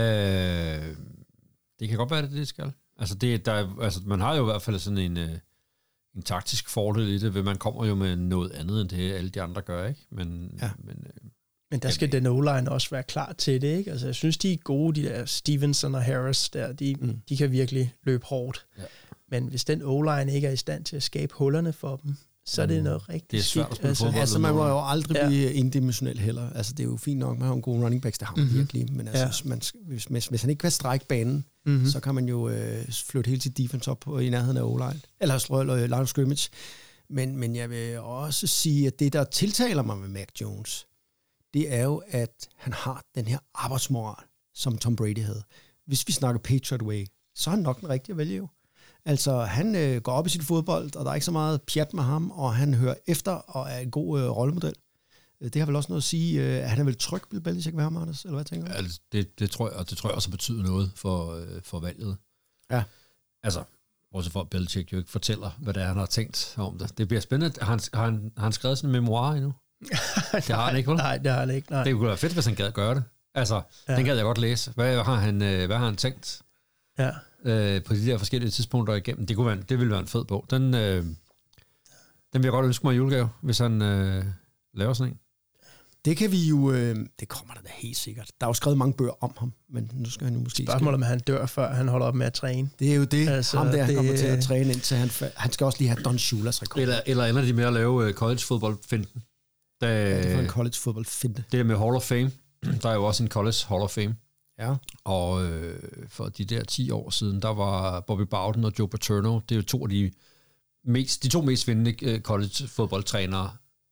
Øh, det kan godt være, det det skal. Altså, det, der, er- altså man har jo i hvert fald sådan en, øh, en taktisk fordel i det, ved man kommer jo med noget andet, end det alle de andre gør, ikke? Men, Ja. men øh, Men der skal den O-line også være klar til det, ikke? Altså, jeg synes, de er gode, de der Stevenson og Harris der, de, mm. de kan virkelig løbe hårdt. Ja. Men hvis den O-line ikke er i stand til at skabe hullerne for dem, så er det noget rigtig det er svært skidt. at spille altså, fodbold. Altså, man må jo aldrig Ja. blive indimensionel heller. Altså, det er jo fint nok, man har en god running backs, det har man Mhm. virkelig. Men altså, Ja. hvis, man, hvis, hvis, hvis han ikke kan strække banen, Mhm. så kan man jo øh, flytte hele sit defense op på, i nærheden af O-line. Eller strøl og line of scrimmage. Men, men jeg vil også sige, at det, der tiltaler mig med Mac Jones, det er jo, at han har den her arbejdsmoral, som Tom Brady havde. Hvis vi snakker Patriot Way, så er han nok den rigtige at vælge jo. Altså, han øh, går op i sit fodbold, og der er ikke så meget pjat med ham, og han hører efter og er en god øh, rollemodel. Øh, Det har vel også noget at sige, øh, han er vel tryg, Bill Belichick ved ham, Anders, eller hvad tænker du? altså, det, det, tror jeg, og det tror jeg også betyder noget for, øh, for valget. Ja. Altså, også for at Belichick jo ikke fortæller, hvad det er, han har tænkt om det. Det bliver spændende. Har han, har han, har han skrevet sådan en memoir endnu? Det har han ikke, vel? Nej, det har han ikke. Nej. Det kunne være fedt, hvis han gad gøre det. Altså, Ja. ja. Den gad jeg godt læse. Hvad har han, øh, hvad har han tænkt Ja. øh, på de der forskellige tidspunkter igennem? Det, kunne være, det ville være en fed bog. Den, øh, den vil jeg godt ønske mig i julegave, hvis han øh, laver sådan en. Det kan vi jo, øh, det kommer der da helt sikkert. Der er jo skrevet mange bøger om ham, men nu skal han jo måske... Spørgsmålet om han dør, før han holder op med at træne. Det er jo det, Altså, altså, ham der, han det- kommer til at træne ind til, han, fa- han skal også lige have Don Shulas rekord. Eller, eller ender de med at lave øh, college-fodbold-finden. Da, Ja, det er for en college fodbold finte. det der med Hall of Fame. Der er jo også en college Hall of Fame. Ja. Og øh, for de der ti år siden, der var Bobby Bowden og Joe Paterno, det er jo to af de, mest, de to mest vindende college-fodboldtrænere,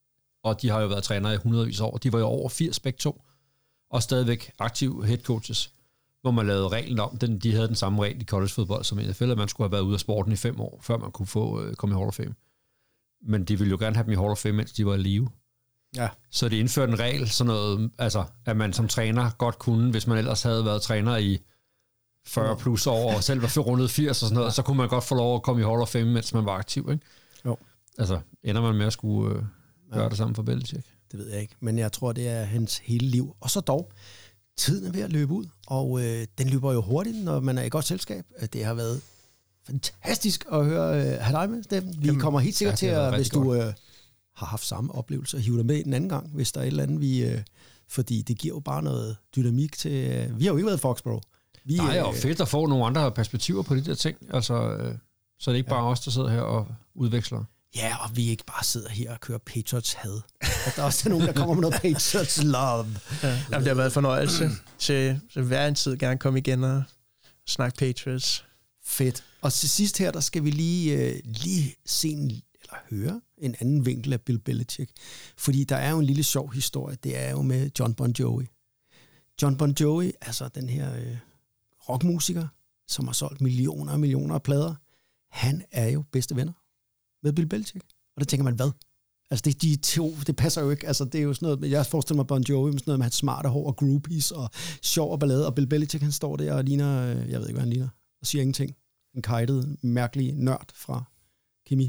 og de har jo været trænere i hundredvis af år. De var jo over firs begge to, og stadigvæk aktive head coaches, hvor man lavede reglen om, den, de havde den samme regel i college-fodbold som N F L, at man skulle have været ude af sporten i fem år, før man kunne få øh, komme i Hall of Fame. Men de ville jo gerne have dem i Hall of Fame, mens de var i live. Ja. Så de indførte en regel, sådan noget, altså, at man som træner godt kunne, hvis man ellers havde været træner i fyrre plus år, og selv var rundet firs og sådan noget, så kunne man godt få lov at komme i Hall of Fame, mens man var aktiv, ikke? Jo. Altså, ender man med at skulle øh, gøre ja. det samme for Belichick? Det ved jeg ikke, men jeg tror, det er hans hele liv. Og så dog, tiden er ved at løbe ud, og øh, den løber jo hurtigt, når man er i godt selskab. Det har været fantastisk at høre øh, have dig med, Steffen. Vi Jamen, kommer helt sikkert ja, til, at, hvis du øh, har haft samme oplevelse, at hive dig med den anden gang, hvis der er et eller andet, vi... Øh, fordi det giver jo bare noget dynamik til... Øh, vi har jo ikke været i Foxborough. Vi, Nej, og fedt at få nogle andre perspektiver på de der ting. Altså, øh, så er det ikke bare ja. os, der sidder her og udveksler. Ja, og vi ikke bare sidder her og kører Patriots had. At der også er nogen, der kommer med noget Patriots love. Ja. Jamen, det har været en fornøjelse til, til hver en tid gerne komme igen og snakke Patriots. Fedt. Og til sidst her, der skal vi lige, øh, lige se en, eller høre en anden vinkel af Bill Belichick. Fordi der er jo en lille sjov historie. Det er jo med John Bon Jovi. John Bon Jovi, altså den her øh, rockmusiker, som har solgt millioner og millioner af plader, han er jo bedste venner med Bill Belichick. Og der tænker man, hvad? Altså, det, de to, det passer jo ikke. Altså, det er jo sådan noget, jeg forestiller mig Bon Jovi med sådan noget med hans smarte hår og groupies og sjov og ballade, og Bill Belichick, han står der og ligner, jeg ved ikke, hvad han ligner, og siger ingenting. En kajtet, mærkelig nørd fra Kimi.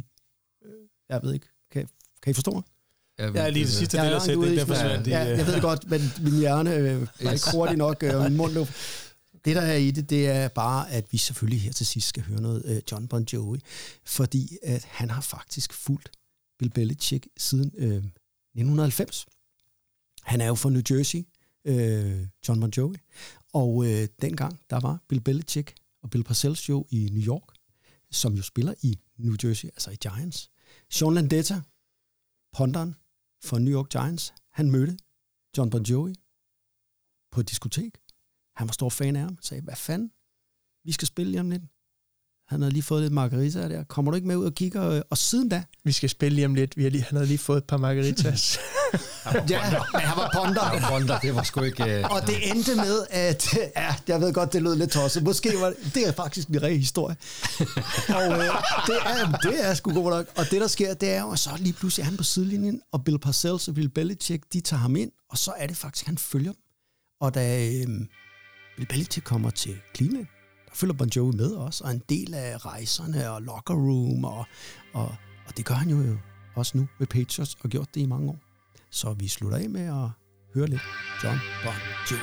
Jeg ved ikke. Kan, kan I forstå mig? Jeg ja, lige det sidste del af sætningen, der forsvandt. Ja, jeg ved det godt, men min hjerne øh, var ikke hurtigt nok, og min mund løb. Det, der er i det, det er bare, at vi selvfølgelig her til sidst skal høre noget øh, John Bon Jovi, fordi at han har faktisk fulgt Bill Belichick siden øh, nitten halvfems. Han er jo fra New Jersey, øh, John Bon Jovi, og øh, dengang, der var Bill Belichick og Bill Parcells jo i New York, som jo spiller i New Jersey, altså i Giants. Sean Landeta, ponderen for New York Giants, han mødte John Bon Jovi på et diskotek. Han var stor fan af ham, sagde, hvad fanden, vi skal spille lige om lidt. Han havde lige fået lidt margarita der. Kommer du ikke med ud og kigger? Og siden da... Vi skal spille lige om lidt. Vi har lige, han havde lige fået et par margaritas. Ja, han var ponder. Han var ponder, det var sgu ikke... Uh... Og det endte med, at... Ja, jeg ved godt, det lød lidt tosset. Måske var det... Det er faktisk en rigtig historie. Og øh, det, er, det er sgu god nok. Og det, der sker, det er jo, at så lige pludselig er han på sidelinjen, og Bill Parcells og Bill Belichick, de tager ham ind, og så er det faktisk, han følger dem. Og da øh, Bill Belichick kommer til Cleveland, følger Bon Jovi med os, og en del af rejserne og locker room, og, og, og det gør han jo også nu med Patriots, og gjort det i mange år. Så vi slutter af med at høre lidt John Bon Jovi.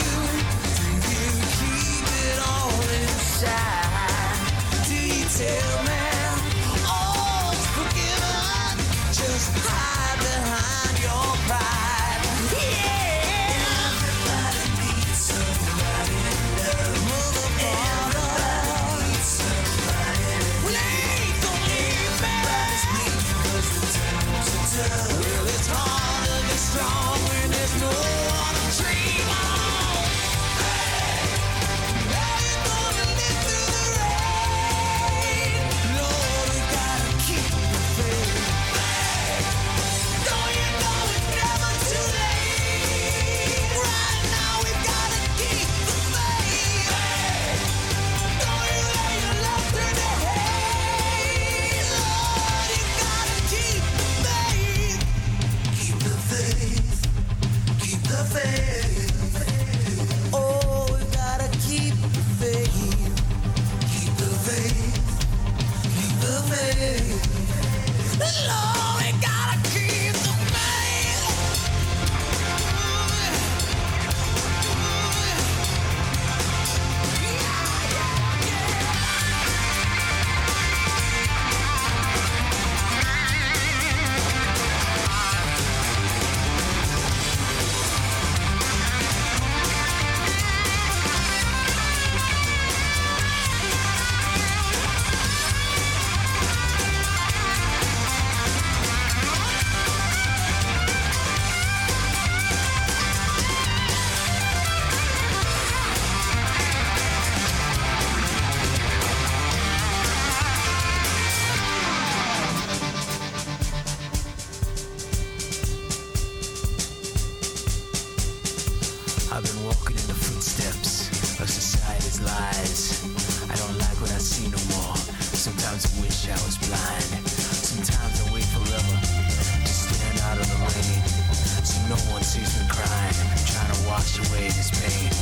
Tell walking in the footsteps of society's lies. I don't like what I see no more. Sometimes I wish I was blind. Sometimes I wait forever to stand out of the rain, so no one sees me crying, trying to wash away this pain.